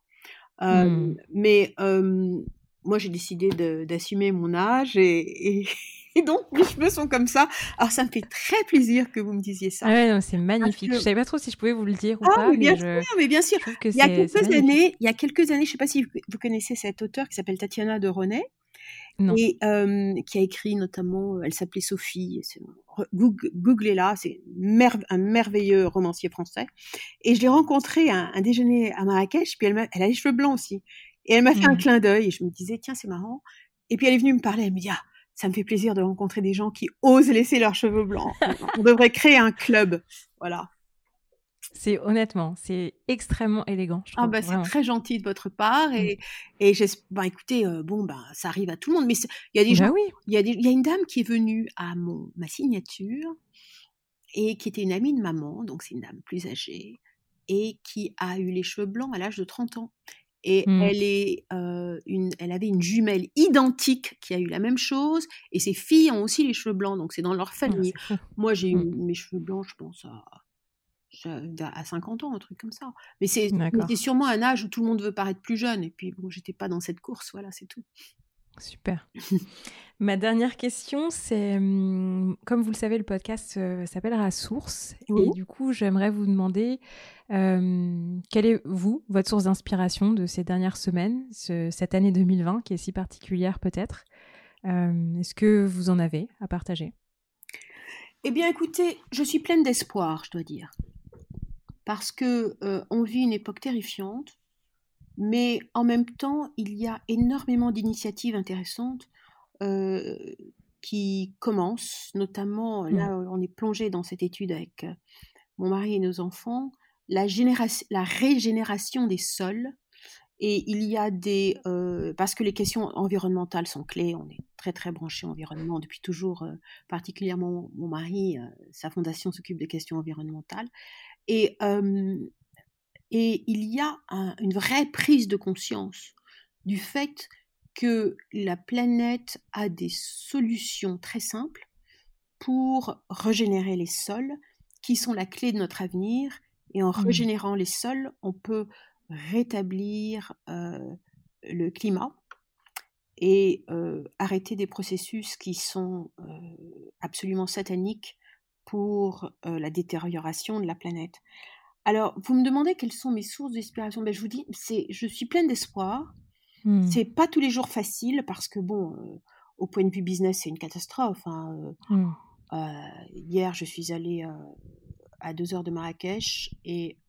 Mais moi, j'ai décidé d'assumer mon âge et donc mes cheveux sont comme ça. Alors, ça me fait très plaisir que vous me disiez ça. Ah ouais, non, c'est magnifique. Je savais pas trop si je pouvais vous le dire ou pas. Mais bien sûr. Il y a quelques années, je ne sais pas si vous connaissez cette auteure qui s'appelle Tatiana de René. Non. Et qui a écrit notamment, elle s'appelait Sophie, googlez-la, c'est un merveilleux romancier français. Et je l'ai rencontrée à un déjeuner à Marrakech, puis elle a les cheveux blancs aussi. Et elle m'a fait un clin d'œil, et je me disais, tiens, c'est marrant. Et puis elle est venue me parler, elle me dit, ça me fait plaisir de rencontrer des gens qui osent laisser leurs cheveux blancs. On devrait créer un club, voilà. Honnêtement, c'est extrêmement élégant. Je trouve, c'est très gentil de votre part et écoutez, ça arrive à tout le monde. Mais il y a des gens, il y a une dame qui est venue à ma signature et qui était une amie de maman, donc c'est une dame plus âgée et qui a eu les cheveux blancs à l'âge de 30 ans. Et elle avait une jumelle identique qui a eu la même chose et ses filles ont aussi les cheveux blancs, donc c'est dans leur famille. Moi, j'ai eu mes cheveux blancs, je pense à 50 ans, un truc comme ça. Mais c'est sûrement un âge où tout le monde veut paraître plus jeune. Et puis, j'étais pas dans cette course, voilà, c'est tout. Super. Ma dernière question, c'est, comme vous le savez, le podcast s'appellera Source. Et du coup, j'aimerais vous demander quelle est, votre source d'inspiration de ces dernières semaines, cette année 2020, qui est si particulière peut-être. Est-ce que vous en avez à partager ? Eh bien, écoutez, je suis pleine d'espoir, je dois dire. Parce que on vit une époque terrifiante. Mais en même temps, il y a énormément d'initiatives intéressantes qui commencent, notamment, là, on est plongé dans cette étude avec mon mari et nos enfants, la régénération des sols. Et il y a parce que les questions environnementales sont clés, on est très très branché environnement depuis toujours, particulièrement mon mari, sa fondation s'occupe des questions environnementales. Et il y a une vraie prise de conscience du fait que la planète a des solutions très simples pour régénérer les sols, qui sont la clé de notre avenir. Et en régénérant les sols, on peut rétablir le climat et arrêter des processus qui sont absolument sataniques pour la détérioration de la planète. Alors, vous me demandez quelles sont mes sources d'inspiration. Ben, je vous dis, je suis pleine d'espoir. C'est pas tous les jours facile parce que bon, au point de vue business, c'est une catastrophe. Hier, je suis allée à 2 heures de Marrakech et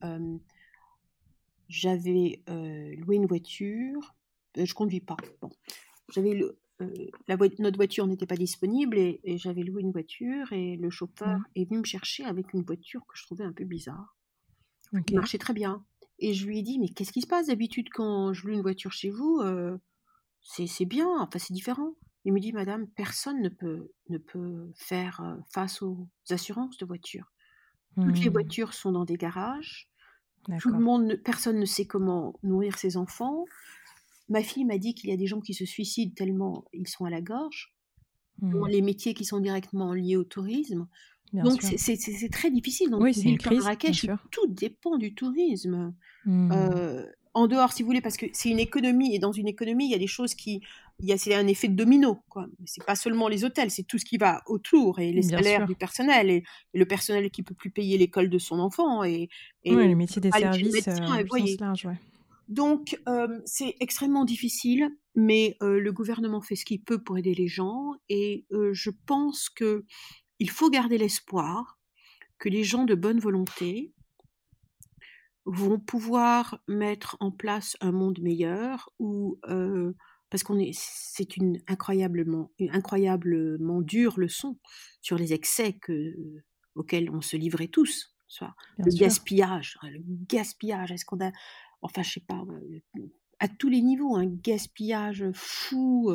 j'avais loué une voiture. Je conduis pas. Bon, j'avais notre voiture n'était pas disponible et j'avais loué une voiture et le chauffeur est venu me chercher avec une voiture que je trouvais un peu bizarre. Qui marchait très bien. Et je lui ai dit, mais qu'est-ce qui se passe d'habitude quand je loue une voiture chez vous c'est bien, enfin c'est différent. Il me dit, madame, personne ne peut faire face aux assurances de voiture. Toutes les voitures sont dans des garages. Personne ne sait comment nourrir ses enfants. Ma fille m'a dit qu'il y a des gens qui se suicident tellement ils sont à la gorge. Dans les métiers qui sont directement liés au tourisme. Donc c'est très difficile dans une ville comme Marrakech, tout dépend du tourisme. En dehors, si vous voulez, parce que c'est une économie, et dans une économie, il y a des choses c'est un effet de domino, quoi. C'est pas seulement les hôtels, c'est tout ce qui va autour, et les salaires du personnel, et le personnel qui peut plus payer l'école de son enfant, et les métiers des services, large, Donc, c'est extrêmement difficile, mais le gouvernement fait ce qu'il peut pour aider les gens, et je pense que il faut garder l'espoir que les gens de bonne volonté vont pouvoir mettre en place un monde meilleur parce c'est une incroyablement dure leçon sur les excès auxquels on se livrait tous. Gaspillage, est-ce qu'on a, enfin je sais pas, à tous les niveaux, un gaspillage fou.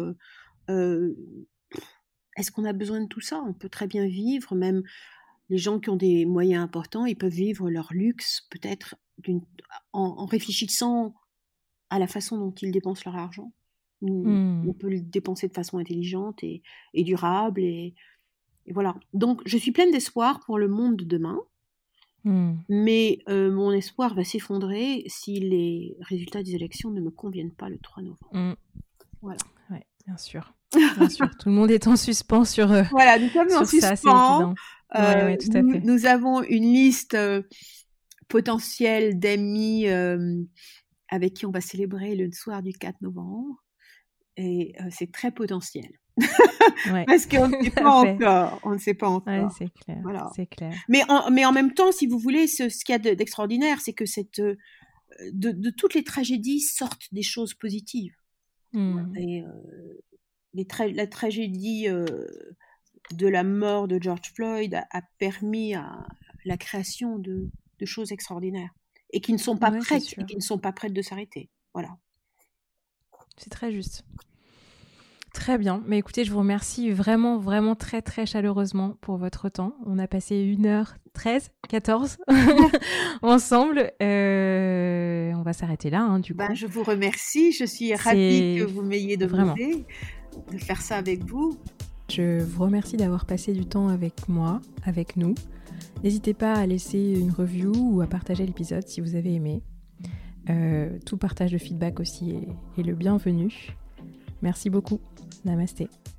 Est-ce qu'on a besoin de tout ça ? On peut très bien vivre, même les gens qui ont des moyens importants, ils peuvent vivre leur luxe peut-être en réfléchissant à la façon dont ils dépensent leur argent. On peut le dépenser de façon intelligente et durable. Et voilà. Donc, je suis pleine d'espoir pour le monde de demain. Mais mon espoir va s'effondrer si les résultats des élections ne me conviennent pas le 3 novembre. Voilà. Ouais, bien sûr. Bien sûr. Tout le monde est en suspens sur voilà, nous sommes en suspens. Ça, c'est évident. Ouais, tout à fait. Nous avons une liste potentielle d'amis avec qui on va célébrer le soir du 4 novembre. Et c'est très potentiel. Parce qu'on ne sait pas encore. On ne sait pas encore. Ouais, c'est clair. Voilà. C'est clair. Mais en même temps, si vous voulez, ce qu'il y a d'extraordinaire, c'est que de toutes les tragédies sortent des choses positives. Et la tragédie de la mort de George Floyd a permis à la création de choses extraordinaires et qui ne sont pas prêtes, et qui ne sont pas prêtes de s'arrêter. Voilà. C'est très juste. Très bien. Mais écoutez, je vous remercie vraiment, vraiment très, très chaleureusement pour votre temps. On a passé 1h13, 14 ensemble. On va s'arrêter là, du coup. Je vous remercie. Je suis ravie que vous m'ayez demandé de faire ça avec vous. Je vous remercie d'avoir passé du temps avec moi, avec nous. N'hésitez pas à laisser une review ou à partager l'épisode si vous avez aimé. Tout partage de feedback aussi est le bienvenu. Merci beaucoup. Namasté.